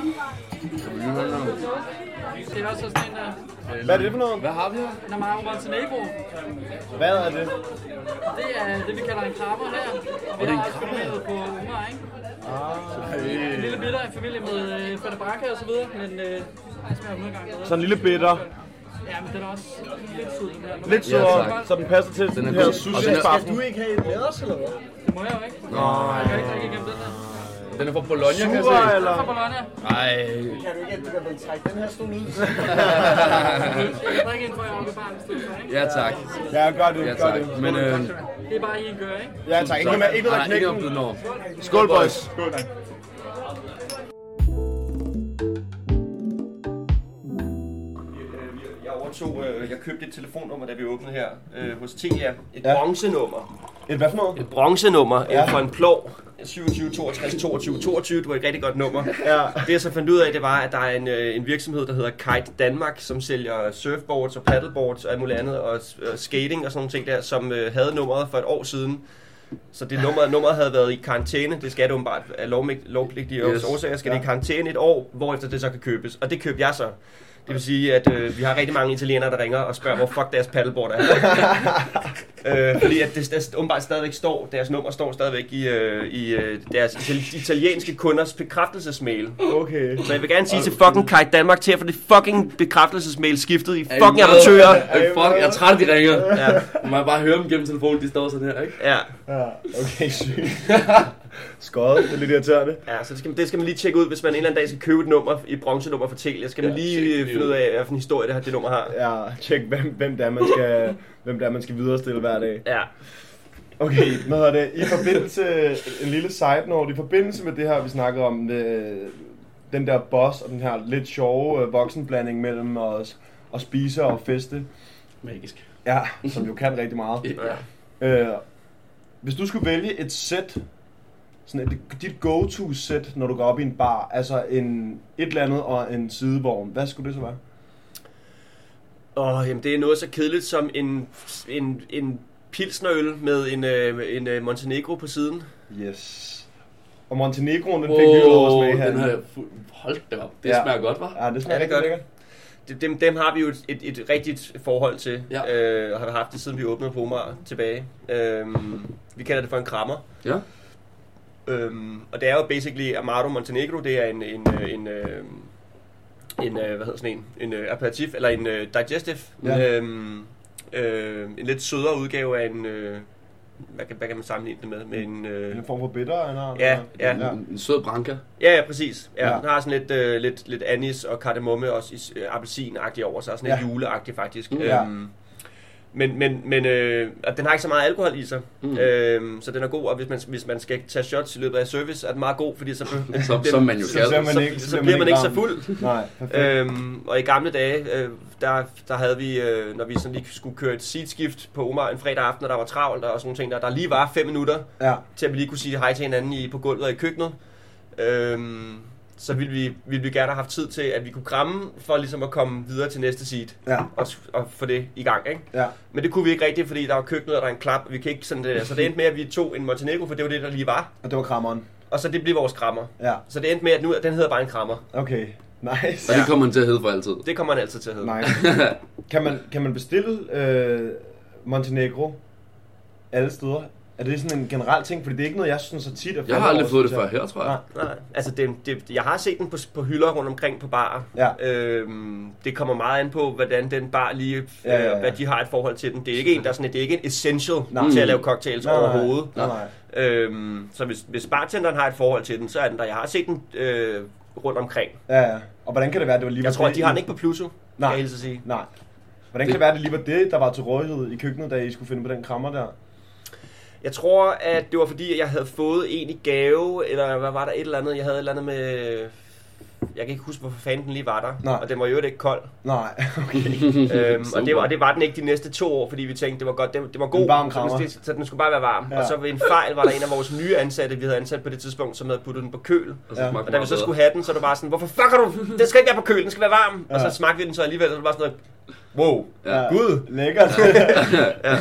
Det er også sådan en der... Hvad er det for noget? Hvad har vi her? Namaro Montenegro. Hvad er det? Det er det, vi kalder en krabber her. Og vi det er en har også formeret på Umar, ikke? Ah. En lille bitter i familie med øh, Feta Barca og så videre, men øh, det smager hundrede gange bedre. Så en lille bitter. Ja, men den er også lidt sød, den her. Lidt sødere, så den passer til den, den her sushi-sparsen. Skal du ikke have en med os, eller hvad? Det må jeg jo ikke. Nej. Jeg kan ikke drikke igennem den her. Den er fra Bologna, kan jeg Super, se. eller? Fra Bologna. Ej. Kan du ikke, du kan vel trække den her stol ud? Jeg kan drikke ind, for jeg er oppe i barnets sted, ikke? Ja, tak. Ja, gør det, Ja, gør tak. det. Men øh, Det er bare I en gør, ikke? Ja, tak. Ikke noget med, ikke noget nej, med ikke om knækken. den når. Skål, boys. Skål, da. Jeg overtog, øh, jeg købte et telefonnummer, da vi åbnede her øh, hos Telia. Et Ja. bronzenummer. Et hvad for noget? Et bronzenummer Ja. ja. for en plov. syvogtyve toogtres toogtyve toogtyve, det var et rigtig godt nummer. Ja. Det jeg så fandt ud af, det var, at der er en, øh, en virksomhed, der hedder Kite Danmark, som sælger surfboards og paddleboards og alt muligt andet, og øh, skating og sådan nogle ting der, som øh, havde nummeret for et år siden. Så det nummer, nummeret havde været i karantæne, det skal det åbenbart af lovmæg- lovpligtige Yes. årsager, skal Ja. det i karantæne et år, hvorefter det så kan købes. Og det købte jeg så. Det vil sige, at øh, vi har rigtig mange italienere, der ringer og spørger, hvor fuck deres paddleboard er. øh, fordi at det, det åbenbart stadigvæk står, deres nummer står stadigvæk i, øh, i øh, deres itali- italienske kunders bekræftelsesmail. Okay. Så jeg vil gerne sige til fucking Kite Danmark til at få det fucking bekræftelsesmail skiftet i Er I fucking med? amatører. Ej, fuck, jeg er træt, at de ringer. Ja, Man må bare høre dem gennem telefonen, de står sådan her, ikke? ja, Ja, okay, sygt. Skåret, det er lidt irriterende. ja, så det skal, det skal man lige tjekke ud, hvis man en eller anden dag skal købe et nummer, et bronzenummer for Telia. Skal man Ja, lige tjek øh, det finde ud. ud af, hvad for en historie det, her, det nummer har. Ja, tjek hvem, hvem det er, man skal, hvem det er, man skal viderestille hver dag. Ja, Okay, hvad hedder det? I forbindelse, en lille side note, i forbindelse med det her, vi snakkede om, øh, den der boss og den her lidt sjove øh, voksenblanding mellem at, at spise og feste. Magisk. Ja, som jo kan rigtig meget. Ja. Øh, hvis du skulle vælge et sæt, sådan et, dit go-to-sæt, når du går op i en bar, altså en, et eller andet og en sidevogn, hvad skulle det så være? Åh, jamen det er noget så kedeligt som en, en, en pilsnerøl med en, øh, en øh, Montenegro på siden. Yes. Og Montenegroen, den fik vi jo over smag her. Den har jeg fu- Hold da op. Det Ja. smager godt, hva'? Ja, det smager Ja, det rigtig gør lækkert. Det- Dem, dem har vi jo et, et, et rigtigt forhold til, Ja. øh, og har haft det siden vi åbnede på Omar tilbage. Øhm, vi kalder det for en krammer. Ja. Øhm, og det er jo basically Amaro Montenegro, det er en, en, en, øh, en øh, hvad hedder sådan en, en øh, aperitif, eller en øh, digestive. Ja. Øhm, øh, en lidt sødere udgave af en, øh, hvad, kan, hvad kan man sammenligne det med? med en, øh, En form for bitter, eller? Ja, ja. ja. En, en sød branca. Ja, ja, præcis. Ja, Ja. Den har sådan lidt, øh, lidt, lidt anis og kardemomme, også i, øh, appelsin-agtigt over sig, sådan lidt Ja. juleagtigt faktisk. Mm. Ja. Øhm, men men, men øh, og den har ikke så meget alkohol i sig, Mm. øhm, så den er god, og hvis man, hvis man skal tage shots i løbet af service, er den meget god, fordi så, Som, som man jo Så skal. ser man så, ikke, så bliver man ikke så fuld. Nej, perfekt. Øhm, og i gamle dage, øh, der, der havde vi, øh, når vi sådan lige skulle køre et seatskift på Omar en fredag aften, og der var travlt og sådan nogle ting, der, der lige var fem minutter, Ja. til at vi lige kunne sige hej til hinanden i, på gulvet og i køkkenet. Øhm, så ville vi, ville vi gerne have haft tid til, at vi kunne kramme, for ligesom at komme videre til næste seat. Ja. Og, og få det i gang, ikke? Ja. Men det kunne vi ikke rigtigt, fordi der var køkkenet, og der er en klap, og vi kan ikke sådan det. Så det endte med, at vi tog en Montenegro, for det var det, der lige var. Og det var krammeren. Og så det blev vores krammer. Ja. Så det endte med, at nu den hedder bare en krammer. Okay, nice. Og det kommer man til at hedde for altid. Det kommer man altid til at hedde. Nice. kan, man, kan man bestille øh, Montenegro alle steder? Er det sådan en generel ting? Fordi det er ikke noget, jeg synes så tit. Jeg har aldrig fået det før her, tror jeg. Nej, nej. Altså, det, det, jeg har set den på, på hylder rundt omkring på barer. Ja. Øhm, det kommer meget an på, hvordan den bar lige, ja, ja, ja. Øh, hvad de har et forhold til den. Det er ikke en, der er sådan, det er ikke en essential nej. til at lave cocktails nej, overhovedet. Nej, nej. Øhm, så hvis, hvis bartenderen har et forhold til den, så er den der. Jeg har set den øh, rundt omkring. Ja, ja. Og hvordan kan det være, det var lige Jeg tror, det, de har den ikke på Pluto, nej. kan jeg hilse at sige. Nej. Hvordan kan det være, det lige var det, der var til rådighed i køkkenet, da I skulle finde på den krammer der? Jeg tror, at det var fordi, jeg havde fået en i gave, eller hvad var der et eller andet, jeg havde et eller andet med... Jeg kan ikke huske, hvorfor fanden den lige var der, nej. Og den var jo ikke kold. Nej, okay. øhm, og, det var, og det var den ikke de næste to år, fordi vi tænkte, det var godt, det, det var god, varm så, den, så den skulle bare være varm. Ja. Og så ved en fejl var der en af vores nye ansatte, vi havde ansat på det tidspunkt, som havde puttet den på køl. Og, ja. og da vi så skulle have den, så var det bare sådan, hvorfor fuck har du, den skal ikke være på køl, den skal være varm. Ja. Og så smagte vi den så alligevel, og det var sådan noget, wow, ja. gud. Lækkert. ja.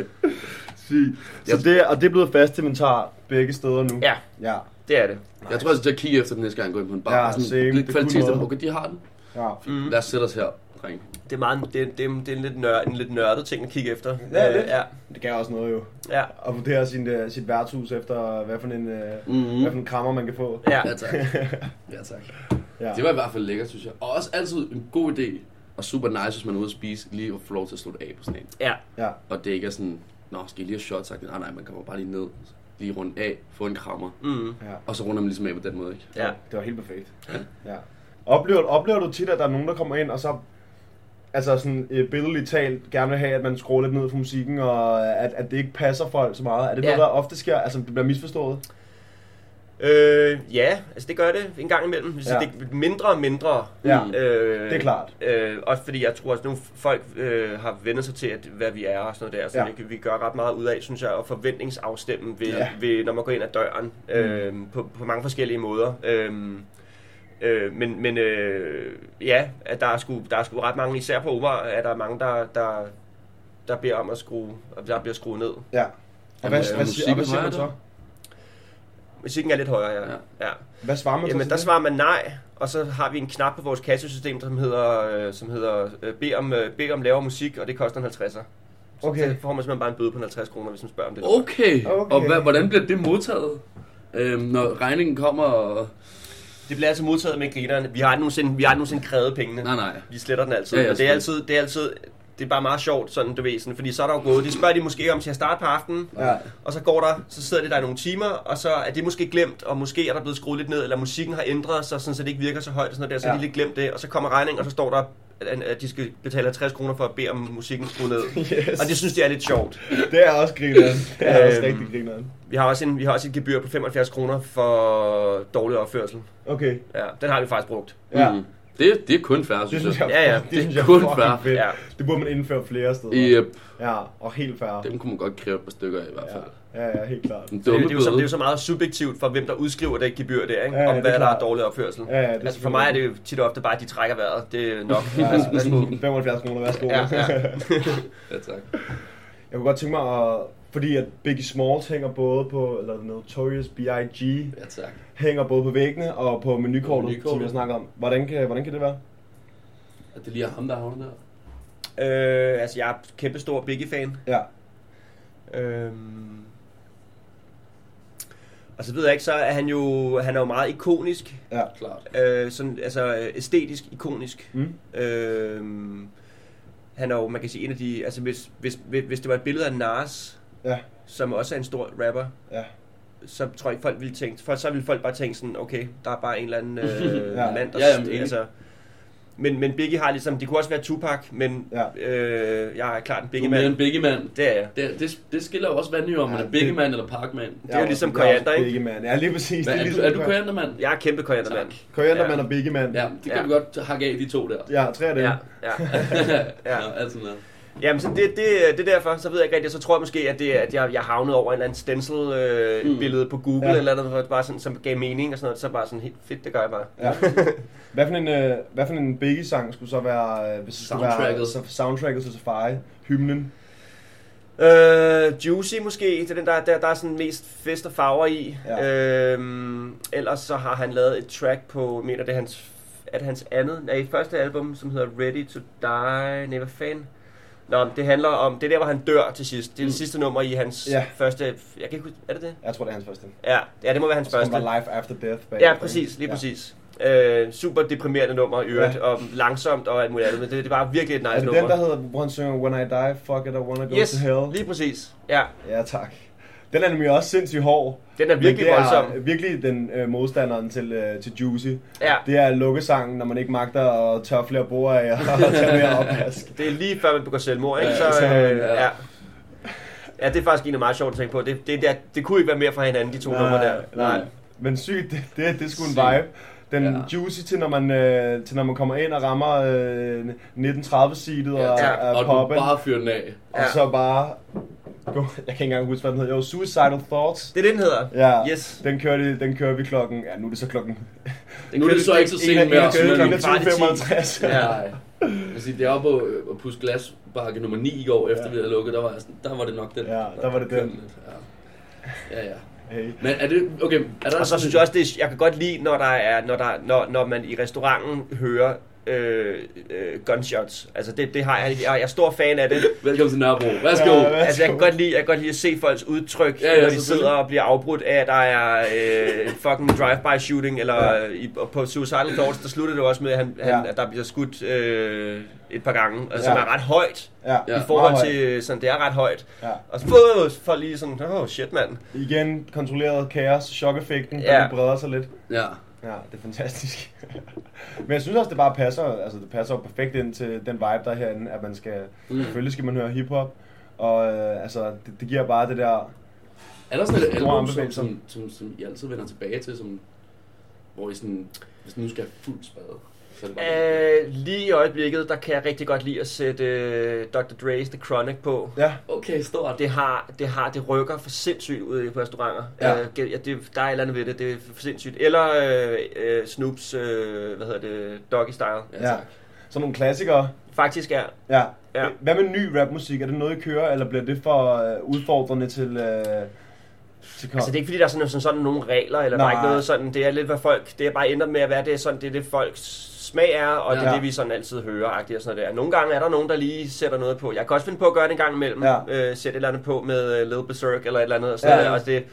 Så det, og det er blevet fast inventar begge steder nu? Ja, ja. Det er det. Nice. Jeg tror, jeg skal til at kigge efter den næste gang, jeg går ind på en bar. Ja, sådan same. lidt kvalitetsstemme. Okay, de har den. Ja. Mm. Lad os sætte os her, drenge. Det er, meget, det, det, det er en, lidt nør, en lidt nørdet ting at kigge efter. Ja, øh, lidt. Ja. Det kan også noget jo. Ja. At vurdere sin, uh, sit værtshus efter, hvad for en, uh, mm-hmm. hvad for en krammer man kan få. Ja, ja tak. Ja, tak. Ja. Det var i hvert fald lækkert, synes jeg. Og også altid en god idé, og super nice, hvis man er ude at spise, lige at få lov til at slutte af på sådan en. Ja. Ja. Og det ikke er sådan, nå, skal I lige have shot? Sagt, nej, nej, man kommer bare lige ned, lige rundt af, få en krammer, mm. ja. og så runder man ligesom af på den måde, ikke? Ja. Det var helt perfekt. Ja. Ja. Oplever, oplever du tit, at der er nogen, der kommer ind, og så altså sådan uh, billedligt talt gerne vil have, at man skruer lidt ned for musikken, og at, at det ikke passer folk så meget? Er det ja. noget, der ofte sker, altså det bliver misforstået? Øh, ja, altså det gør det en gang imellem. Hvis ja. det er mindre og mindre. Ja, øh, det er klart. Øh, også fordi jeg tror, at nogle folk øh, har vendt sig til, at, hvad vi er og sådan noget der. Så ja. vi, vi gør ret meget ud af, synes jeg, at forventningsafstemme, ved, ja. ved, når man går ind ad døren. Øh, mm. på, på mange forskellige måder. Øh, øh, men men øh, ja, at der er, sgu, der er sgu ret mange, især på Omar, at der er mange, der, der, der beder om at skrue, der bliver skruet ned. Ja. Og hvad, hvad, hvad, siger, hvad siger man så? Musikken er lidt højere, ja. ja. ja. Hvad svarer man så? Jamen, der svarer man nej, og så har vi en knap på vores kassesystem, som hedder, øh, som hedder øh, bed, om, øh, bed om lavere musik, og det koster en halvtredser. Så okay. får man simpelthen bare en bøde på halvtreds kroner, hvis man spørger om det. Okay, okay. Og hvad, hvordan bliver det modtaget, øhm, når regningen kommer? Og... Det bliver altid modtaget med grinerne. Vi har aldrig nogensinde, vi har aldrig nogensinde krævet pengene. Nej, nej. Vi sletter den altid. Ja, ja, men det er altid, det er altid... Det er bare meget sjovt, sådan du ved, sådan, fordi så er der jo gået. De spørger de måske om til at starte på aftenen, ja. Og så går der, så sidder det der i nogle timer, og så er det måske glemt, og måske er der blevet skruet lidt ned, eller musikken har ændret sig, sådan, så det ikke virker så højt, og sådan noget der, så ja. De lige glemt det, og så kommer regningen, og så står der, at de skal betale halvtreds kroner for at bede om musikken skruet ned. Yes. Og det synes de er lidt sjovt. Det er også grineren. Det er også rigtig grineren. Vi har også en, vi har også et gebyr på femoghalvfjerds kroner for dårlig opførsel. Okay. Ja, den har vi faktisk brugt. Ja. Mm. Det, det er kun fair, synes det jeg. Ja, ja. Det, det synes er kun fair. Ja. Det burde man indføre flere steder. Yep. Ja, og helt fair. Dem kunne man godt kræve på stykker i hvert fald. Ja, ja, ja helt klart. Det, det, det, er jo så, det er jo så meget subjektivt for, hvem der udskriver det gebyr der, ikke? Ja, ja, om hvad der er dårlig opførsel. Ja, ja, altså for mig er det jo tit og ofte bare, at de trækker vejret. Det er nok. Ja, femoghalvfjerds kroner, værsgo. Ja, ja. Ja, tak. Jeg kunne godt tænke mig at... Fordi at Biggie Smalls hænger både på, eller Notorious B I G Ja, tak. hænger både på væggene og på menukortet, menukortet. som jeg snakker om. Hvordan kan, hvordan kan det være? Er det lige ham, der havner der? Øh, altså jeg er kæmpe stor Biggie-fan. Ja. Øhm. Og så ved jeg ikke, så er han jo, han er jo meget ikonisk. Ja, klart. Øh, sådan, altså æstetisk ikonisk. Mm. Øhm. Han er jo, man kan sige, en af de, altså hvis, hvis, hvis det var et billede af Nas, ja. som også er en stor rapper, ja. så tror jeg ikke folk ville tænke, for så ville folk bare tænke sådan, okay, der er bare en eller anden øh, ja. mand, der ja, jamen, altså, men, men Biggie har ligesom, det kunne også være Tupac, men ja. øh, jeg er klart en Biggie-mand. Du er en Biggie-mand. Det er jeg. Det, det, det skiller jo også vandny om, ja, man er Biggie-mand eller Park-mand. Det er jo ligesom koriander, ikke? Biggie-mand. Ja, lige præcis. Hva, det er, er, ligesom du, er du koriander-mand? Jeg er kæmpe koriander-mand. Koriander-mand og Biggie-mand. Ja, det kan ja. vi godt hakke af de to der. Ja, tre af dem. Ja, ja. Ja, altid noget. Jamen, så det, det, det er derfor, så ved jeg ikke rigtigt, så tror jeg måske, at, det, at jeg, jeg havnede over en eller anden stencil-billede øh, mm. på Google, ja. eller andet, bare sådan, som gav mening og sådan noget, så bare sådan helt fedt, det gør jeg bare. Ja. Hvad for en, øh, hvad for en Biggie-sang skulle så være, øh, hvis det skulle være så, soundtracket til Safari, hymnen? Øh, Juicy måske, det er den der, der, der er sådan mest fest og farver i. Ja. Øhm, ellers så har han lavet et track på, mener det er hans, er det hans andet, nej, første album, som hedder Ready to Die, nej, hvad fanden? Nå, det handler om, det er der, hvor han dør til sidst. Det er det mm. sidste nummer i hans ja. første, jeg kan ikke huske, er det det? Jeg tror, det er hans første. Ja, ja det må være hans så første. Så Life After Death. Bag ja, præcis, lige ja. præcis. Øh, super deprimerende nummer i øvrigt, ja. og langsomt og alt muligt andet, men det, det var virkelig et nice nummer. Er det nummer. Den, der hedder, hvor han synger When I Die, fuck it, I wanna go yes, to hell? Lige præcis, ja. Ja, tak. Den er nemlig også sindssygt hård. Den er virkelig voldsom. Det er virkelig den øh, modstanderen til, øh, til Juicy. Ja. Det er lukkesangen, når man ikke magter at tørre flere bord af og tage mere opvask. Det er lige før man begår selvmord, ikke? Så, øh, ja. ja. Ja, det er faktisk egentlig meget sjovt at tænke på. Det, det, det, det kunne ikke være mere fra hinanden, de to nej, numre der. Nej, men sygt, det, det, det er sgu en vibe. Den ja. Juicy til når, man, øh, til når man kommer ind og rammer øh, nitten tredive-seedet ja. og, ja. og, og poppen. Og bare fyrer den af. Og ja. så bare... Jeg kan ikke engang huske, hvad den hedder. Jo, Suicidal Thoughts. Det er det, den hedder? Ja, yes. den, kører de, den kører vi klokken... Ja, nu er det så klokken... Den nu er det så ikke så sent mere. enogtyve femoghalvtreds. Ja. Altså, det er oppe på at pusse glasbakke nummer ni i går, efter ja. vi havde lukket. Der var, der var det nok den. Ja, der var det den. Ja, ja. Hey. Men er det okay? Er der og så synes jeg også det jeg kan godt lide når der er når der når når man i restauranten hører øh, øh, gunshots. Altså det det har jeg jeg er stor fan af det. Velkommen til Nørrebro. Værsgo. Ja, altså jeg kan godt lide jeg kan godt lide at se folks udtryk ja, ja, når de sidder og bliver afbrudt af at der er øh, fucking drive-by shooting eller ja. i, på Suicidal Thoughts der slutter det også med at han, ja. han at der bliver skudt øh, et par gange, altså ja. som er ret højt ja. i forhold til sådan det er ret højt. Ja. Og så for lige sådan oh shit mand. Igen kontrolleret kaos, chok-effekten, ja. der breder sig lidt. Ja. Ja, det er fantastisk. Men jeg synes også det bare passer, altså det passer jo perfekt ind til den vibe der er herinde, at man skal mm. selvfølgelig skal man høre hiphop og øh, altså det, det giver bare det der. Er der sådan et album som, som, som, som I altid vender tilbage til, som hvor I sådan hvis nu skal have fuld spade? Uh, lige i øjeblikket, der kan jeg rigtig godt lide at sætte uh, doktor Dre's The Chronic på. Ja. Okay, stort. Det har, det har, det rykker for sindssygt ude på restauranter. Ja. Uh, det, der er et eller andet ved det, det er for sindssygt. Eller uh, uh, Snoops, uh, hvad hedder det, Doggy Style. Ja, ja. Sådan nogle klassikere. Faktisk er. Ja. ja. Hvad med ny rapmusik? Er det noget, I kører, eller bliver det for uh, udfordrende til... Uh Altså det er ikke fordi der er sådan, sådan, sådan nogle regler eller der er ikke noget sådan, det er lidt hvad folk, det er bare ender med at være det er sådan, det er det folks smag er, og ja. det er det vi sådan altid hører agtigt og sådan noget der. Nogle gange er der nogen der lige sætter noget på. Jeg kan også finde på at gøre det en gang imellem, ja. øh, sætte et eller andet på med uh, Little Berserk eller et eller andet og sådan ja, ja. Altså det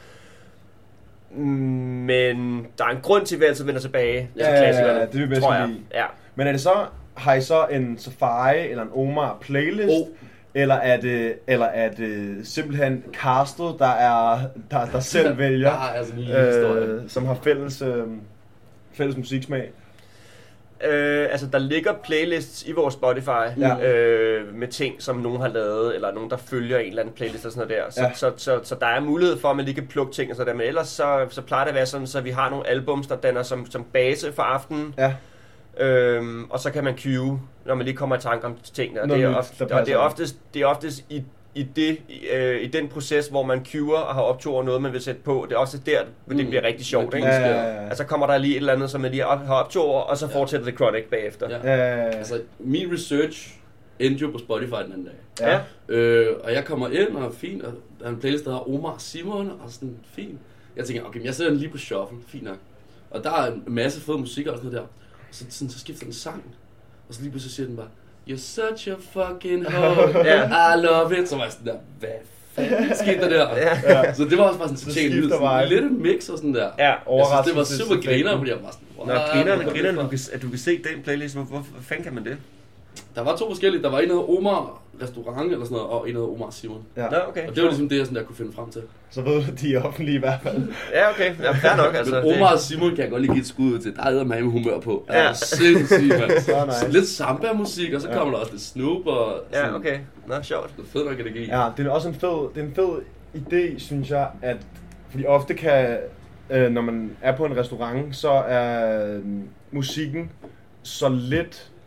men der er en grund til at vi altid vender tilbage ja, til klassikerne. Ja, det er vi bedst lide. Ja. Men er det så har I så en Safari eller en Omar playlist? Oh. Eller er det eller er det simpelthen castet der er der der selv vælger, der altså øh, som har fælles øh, fælles musiksmag? Øh, altså der ligger playlists i vores Spotify ja. øh, med ting som nogen har lavet eller nogen der følger en eller anden playlist og sådan noget der. Så, ja. så, så, så der er mulighed for at man lige kan plukke ting og sådan der. Men ellers så så plejer det at være sådan så vi har nogle albums der danner som som base for aftenen. Ja. Øhm, og så kan man queue, når man lige kommer i tanke om tingene. Og, det er, ofte, og det er oftest, det er oftest i, i, det, i, øh, i den proces, hvor man queuer og har optur noget, man vil sætte på. Det er også der, hvor det bliver rigtig sjovt. Ikke? Ja, ja, ja. Altså kommer der lige et eller andet, som man lige har optur, og så fortsætter det Chronic bagefter. Ja. Ja, ja, ja. Altså, min research endte jo på Spotify den anden dag. Ja. Øh, og jeg kommer ind og er fint, og der er en playlist, der hedder Omar Simon, og sådan fint. Jeg tænker, okay, jeg sætter den lige på shuffle, fint nok. Og der er en masse fed musik og sådan noget der. Så, sådan, så skifter den sang, og så lige pludselig siger den bare, you're such a fucking hoe, yeah. I love it. Så var jeg sådan der, hvad fanden skete der der? Ja. Så det var også bare sådan, så tjekke lyd, sådan lidt en mix og sådan der. Ja, overraskende. Jeg synes, det var super griner, fordi jeg var sådan, wow. Nå, grinerne, grinerne, du kan, at du kan se den playlist, hvor, hvor fanden kan man det? Der var to forskellige. Der var en, der hed Omar Restaurant eller sådan noget, og en, der hed Omar Simon. Ja. Nå, okay. Og det var ligesom det, jeg, sådan, der kunne finde frem til. Så ved du, de er offentlige i hvert fald. Ja, okay. Ja, fair nok. Altså, men Omar og Simon kan jeg godt lige give et skud til. Der er med humør på. Ja. Altså, sindssygt, mand. Så nice. Lidt samba-musik, og så kommer ja. der også lidt Snoop og sådan. Ja, okay. Nå, sjovt. Det er fedt nok, at det giver. Ja, det er også en fed, det er en fed idé, synes jeg, at fordi ofte kan, øh, når man er på en restaurant, så er øh, musikken så lidt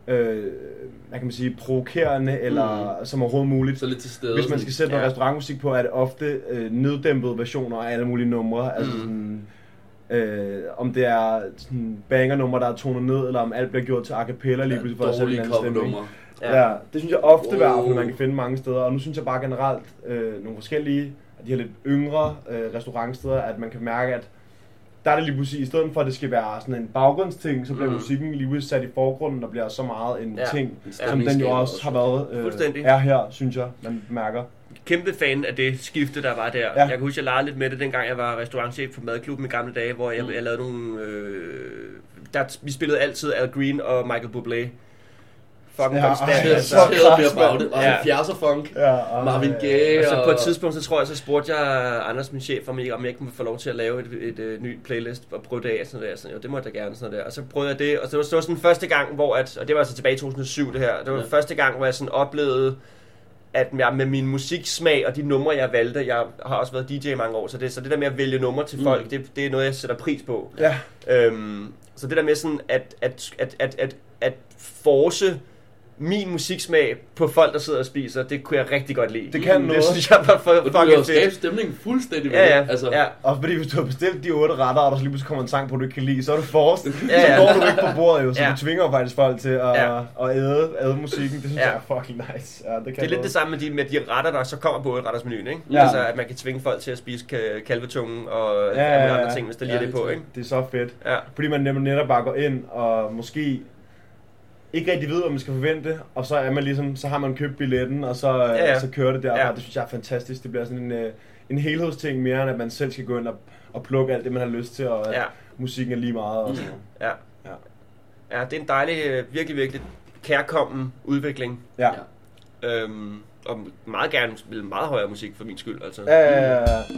øh, hvad kan man sige, provokerende eller mm. som overhovedet muligt. Så lidt til stede. Hvis man skal sætte ja. noget restaurantmusik på, er det ofte øh, neddæmpede versioner af alle mulige numre. Mm. Altså sådan, øh, om det er sådan banger-numre, der er tonet ned, eller om alt bliver gjort til a cappella lige pludselig for at sætte en anden stemning. Ja. ja, det synes jeg ofte wow. hvert fald, man kan finde mange steder. Og nu synes jeg bare generelt, øh, nogle forskellige af de her lidt yngre øh, restaurantsteder, at man kan mærke, at der er det lige pludselig, i stedet for at det skal være sådan en baggrundsting, så bliver mm. musikken lige pludselig sat i forgrunden, og bliver så meget en ja. ting, ja. som den jo også har været øh, er her, synes jeg, man mærker. Kæmpe fan af det skifte, der var der. Ja. Jeg kan huske, jeg legede lidt med det, dengang jeg var restaurantchef for Madklubben i gamle dage, hvor jeg, mm. jeg lavede nogle... Øh, der, vi spillede altid Al Green og Michael Bublé. Fucking ja, konstant. Ja, så havde vi og halvfjerdser funk, ja, Marvin Gaye. Og så på et tidspunkt, så tror jeg, så spurgte jeg Anders, min chef, om jeg, om jeg ikke må få lov til at lave et, et, et, et nyt playlist og prøve det af. Sådan der. Sådan, jo, det måtte jeg gerne. Sådan der. Og så prøvede jeg det, og det var, det var sådan første gang, hvor at, og det var altså tilbage i to tusind og syv det her, det var ja. første gang, hvor jeg sådan oplevede, at jeg med min musiksmag og de numre, jeg valgte, jeg har også været D J i mange år, så det, så det der med at vælge numre til folk, mm. det, det er noget, jeg sætter pris på. Ja. Øhm, så det der med sådan at, at, at, at, at, at force min musiksmag på folk, der sidder og spiser, det kunne jeg rigtig godt lide. Det kan noget. Det synes jeg var for fucking fedt. Og du har stemningen fuldstændig med ja, ja. Altså. Ja. Og fordi hvis du har bestilt de otte retter, og der så lige pludselig kommer en sang på, du ikke kan lide, så er du forrest. Ja, ja. Så går du ikke på bordet jo, så ja. du tvinger jo faktisk folk til at, ja. at æde, æde musikken. Det synes ja. jeg er fucking nice. Ja, det, kan det er lidt noget. det samme med de, med de retter, der så kommer på otte retters menuen, ikke? Ja. Altså at man kan tvinge folk til at spise kalvetungen og ja, ja, ja. andre ting, hvis der lige ja, er det på, ikke? Det er så fedt. Ja. Fordi man netop bare går ind og måske ikke rigtig ved, hvad man skal forvente, og så er man ligesom, så har man købt billetten, og så, ja, ja. så kører det derfra. Ja. Det synes jeg er fantastisk. Det bliver sådan en, en helhedsting mere, end at man selv skal gå ind og, og plukke alt det, man har lyst til, og ja. musikken er lige meget. Og sådan. Ja. Ja. Ja, det er en dejlig, virkelig, virkelig kærkommen udvikling. Ja. Øhm, og meget gerne spille meget højere musik for min skyld, altså. Ja, ja, ja, ja.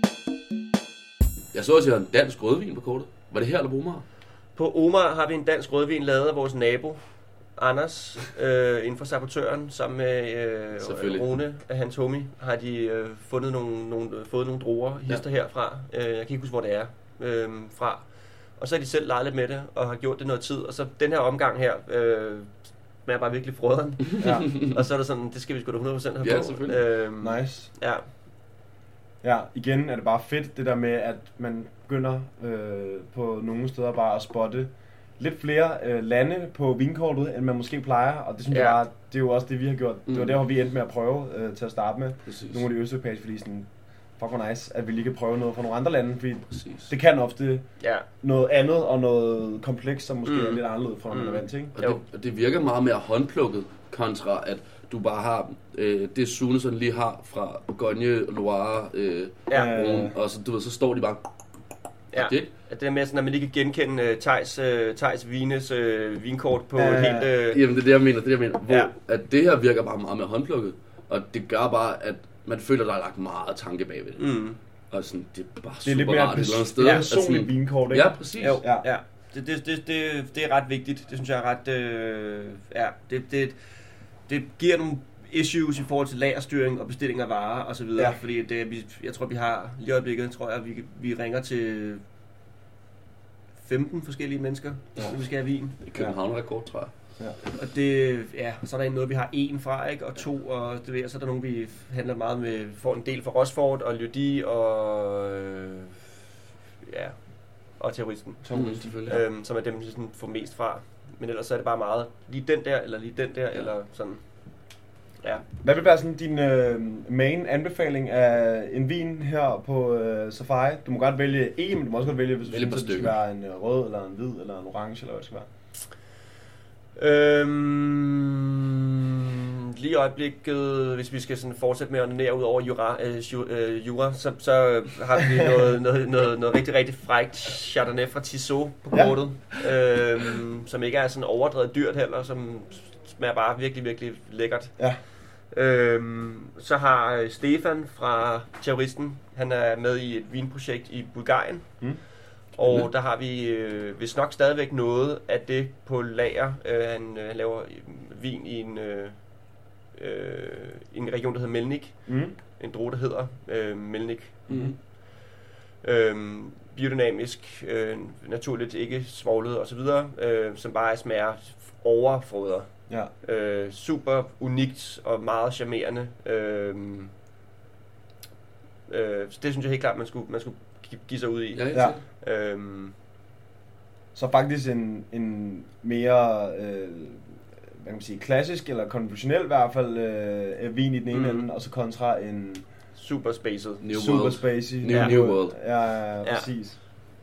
Jeg så også, at jeg har en dansk rødvin på kortet. Var det her eller på Omar? På Omar har vi en dansk rødvin lavet af vores nabo, Anders, øh, inden for sabotøren, sammen med øh, Rune af hans homie, har de øh, fundet nogle, nogle, fået nogle druer, hister ja. herfra. Øh, jeg kan ikke huske, hvor det er øh, fra. Og så har de selv leget lidt med det, og har gjort det noget tid. Og så den her omgang her, øh, smager bare virkelig frøderen. Ja. Og så er det sådan, det skal vi sgu da hundrede procent have ja, på. Selvfølgelig. Øh, nice. Ja. Ja, igen er det bare fedt, det der med, at man begynder øh, på nogle steder bare at spotte lidt flere øh, lande på vinkortet, end man måske plejer, og det synes ja. jeg bare, det er jo også det, vi har gjort. Mm. Det var der, hvor vi endte med at prøve øh, til at starte med. Præcis. Nogle af de østeuropæiske, fordi sådan, fuck hvor nice, at vi lige kan prøve noget fra nogle andre lande, fordi Præcis. det kan ofte ja. noget andet og noget komplekst, som måske mm. er lidt anderledes fra, når man er vant til, ikke? Og det, det virker meget mere håndplukket, kontra at du bare har øh, det Sune, som lige har fra Bourgogne, Loire, øh, ja. Rhone, og så, du ved, så står de bare... Ja, okay. Det der med, sådan, at man lige kan genkende uh, Thijs, uh, Thijs Vines uh, vinkort på ja, et helt... Uh... Jamen, det er det, jeg mener. Det, jeg mener. Hvor, ja. At det her virker bare meget mere håndplukket, og det gør bare, at man føler, at der er lagt meget tanke bagved det. Mm. Og sådan, det er bare det er super rart et eller andet sted. Det er personligt vinkort, ikke? Ja, præcis. Jo, ja. ja. Det, det, det, det, det er ret vigtigt. Det synes jeg er ret... Øh, ja, det, det, det giver nogle issues i forhold til lagerstyring og bestilling af varer og så videre, ja. Fordi det, vi, jeg tror, vi har lige i øjeblikket, tror jeg, vi, vi ringer til femten forskellige mennesker, ja. Når vi skal have vin. Det er København-rekord, tror jeg. Ja. Og det, ja, så er der noget, vi har en fra, ikke, og to, og det ved, så er der nogen, vi handler meget med, får en del fra Rosford og Lydi og øh, ja, og Terroristen, mm, selvfølgelig. Øhm, som er dem, vi sådan får mest fra. Men ellers så er det bare meget lige den der, eller lige den der, ja. Eller sådan. Ja. Hvad vil være sådan din øh, main anbefaling af en vin her på øh, Safari? Du må godt vælge en, men du må også godt vælge, hvis du synes, det skal være en rød, eller en hvid, eller en orange, eller hvad det skal være. Øhm, lige i øjeblikket, hvis vi skal sådan fortsætte med at onanere ud over jura, øh, jura så, så har vi noget, noget, noget, noget rigtig, rigtig frækt Chardonnay fra Tissot på kortet, ja. øhm, som ikke er sådan overdrevet dyrt heller, som smager bare virkelig, virkelig lækkert. Ja. Øhm, så har Stefan fra Terroristen, han er med i et vinprojekt i Bulgarien. Mm. Og der har vi øh, vist nok stadigvæk noget af det på lager. Øh, han, øh, han laver vin i en, øh, øh, en region, der hedder Melnik. Mm. En drue, der hedder øh, Melnik. Mm. Øhm, biodynamisk, øh, naturligt ikke svovlet osv., øh, som bare smager overfroder. Ja. Øh, super unikt og meget charmerende. Øh, øh, det synes jeg helt klart, man skulle, man skulle give sig ud i. Ja, ja. Øhm, Så faktisk en, en mere øh, hvad kan man sige, klassisk eller konventionel i hvert fald øh, vin i den ene mm. ende, og så kontra en super spaced. New super World. spacey. New, ja. New World. Ja, ja, præcis.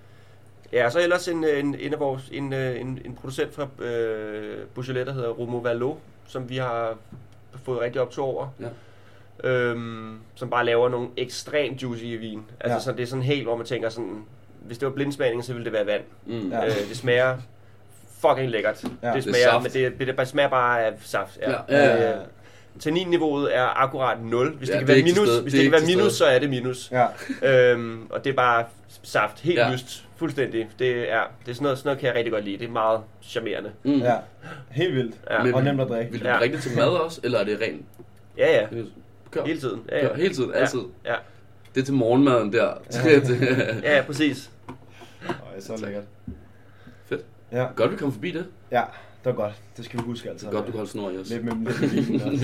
Ja, og så ellers en, en, en af vores, en, en, en producent fra øh, Beaujolais, der hedder Romo Valo, som vi har fået rigtig op til over. Ja. Øhm, som bare laver nogle ekstremt juicy vin. Altså Ja. sådan, det er sådan helt, hvor man tænker sådan, hvis det var blindsmagning, så ville det være vand. Mm. Ja. Øh, det smager fucking lækkert. Ja. Det Det er smager, saft. men det, det, det smager bare af saft. Ja. Ja, ja, ja. Øh, tanninniveauet er akkurat nul. Hvis Ja, det kan det er være ikke til minus, stede. hvis Det det er kan være ikke til minus, stede. så er det minus. Ja. Øhm, og det er bare saft, helt Ja. lyst, fuldstændig. Det er, det er sådan noget, sådan noget kan jeg rigtig godt lide. Det er meget charmerende. Mm. Ja, helt vildt. Ja. Men- Og nemt at drikke. Vil du Ja. drikke det til mad også, eller er det rent? Ja, ja. Kør. Hele tiden. Ja, Kør. ja. Hele tiden, altid. Ja, Det er til morgenmaden der. ja, ja præcis. Øj, så lækkert. Fedt. Ja, Godt, vi kom forbi det. ja, det var godt. Det skal vi huske altid. Det er godt, du kan holde snor i os. Lidt med lidt med vinen også.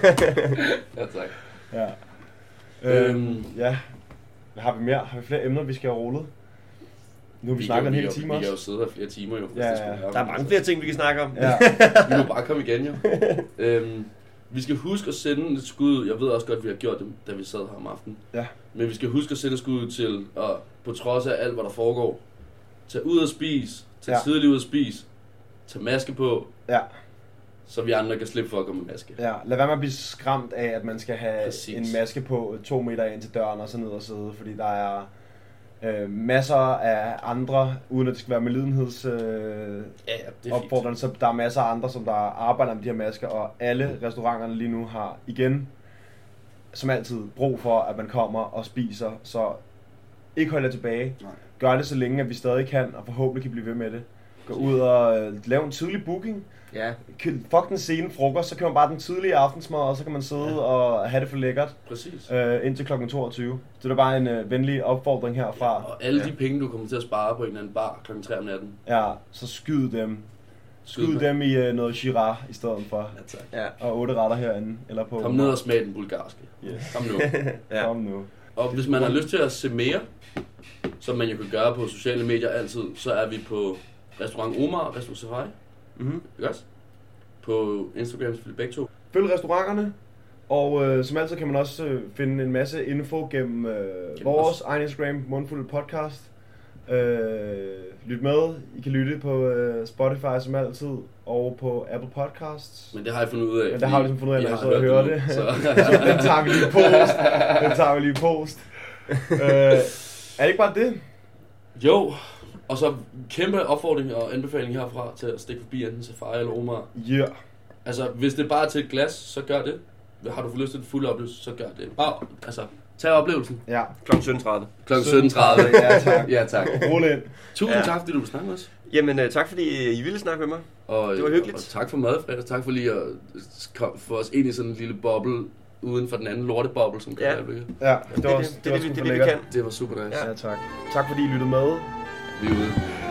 Ja, tak. Ja. Øhm. Øhm, ja. Hvad har vi mere? Har vi flere emner, vi skal have rullet? Nu har vi, vi snakket en hel time Vi kan jo også. sidde her flere timer jo. hvis Ja, det skulle ja. være. Der er mange flere ting, vi kan snakke om. Ja. Vi må bare komme igen jo. øhm, vi skal huske at sende et skud. Jeg ved også godt, at vi har gjort det, da vi sad her om aftenen. Ja. Men vi skal huske at sende et skud til, og på trods af alt, hvad der foregår, tage ud og spise, tage Ja. tidligt ud og spise, tage maske på, Ja. så vi andre kan slippe for at gå med maske. Ja, lad være med at blive skræmt af, at man skal have Præcis. en maske på to meter ind til døren og så ned og sidde, fordi der er øh, masser af andre, uden at det skal være medlidenheds øh, Ja, ja, det er fint. opfordrende, så der er masser af andre, som der arbejder med de her masker, og alle restauranterne lige nu har igen, som altid, brug for, at man kommer og spiser, så ikke hold jer tilbage. Nej. Gør det så længe, at vi stadig kan, og forhåbentlig kan blive ved med det. Gå ud og øh, lave en tidlig booking. Ja. Fuck den sene frokost, så kan man bare den tidlige aftensmad, og så kan man sidde ja. og have det for lækkert Præcis. øh, indtil klokken toogtyve. Så det er bare en øh, venlig opfordring herfra. Og alle de penge, du kommer til at spare på en eller anden bar klokken tre om natten. Ja, så skyd dem. Skyd Skyd dem i øh, noget Shiraz i stedet for. Ja, tak. Ja. Og otte retter herinde. Eller på. Kom ned og smag den bulgarske. Yes. Kom nu. Ja. Kom nu. Og hvis man har lyst til at se mere, som man jo kan gøre på sociale medier altid, så er vi på Restaurant Omar og Restaurant Safari. Mm-hmm. Ikke også? På Instagram selvfølgelig begge to. Følg restauranterne. Og øh, som altid kan man også øh, finde en masse info gennem øh, vores egen Instagram, Mundfuld Podcast. Øh, lyt med. I kan lytte på øh, Spotify som altid, og på Apple Podcasts. Men det har jeg fundet ud af. Men det har vi ligesom fundet ud af, vi når jeg har sidder og hørt hører nu, det. Så. Så den tager vi lige post. Den tager vi lige post. øh, er det ikke bare det? Jo, og så kæmpe opfordring og anbefaling herfra til at stikke forbi enten Safari eller Omar. Ja. Yeah. Altså, hvis det bare er til et glas, så gør det. Har du fået lyst til en fuld oplevelse, så gør det. Bare, altså, tag oplevelsen. Ja. klokken sytten tredive. Klokken sytten tredive. Ja, tak. Ja, tak. Rul ind. Tusind Ja. tak, fordi du vil snakke med os. Jamen, øh, tak fordi I ville snakke med mig. Og, Det var hyggeligt. Og, og tak for mad, Fredag. Tak for lige at kom- få os ind i sådan en lille boble uden for den anden lorteboble, som kan Ja. være øjeblikket. Ja, Det, det, det, det, det, det, det, vi kan. Det var super nice. Ja, tak. Tak fordi I lyttede med. Vi er ude.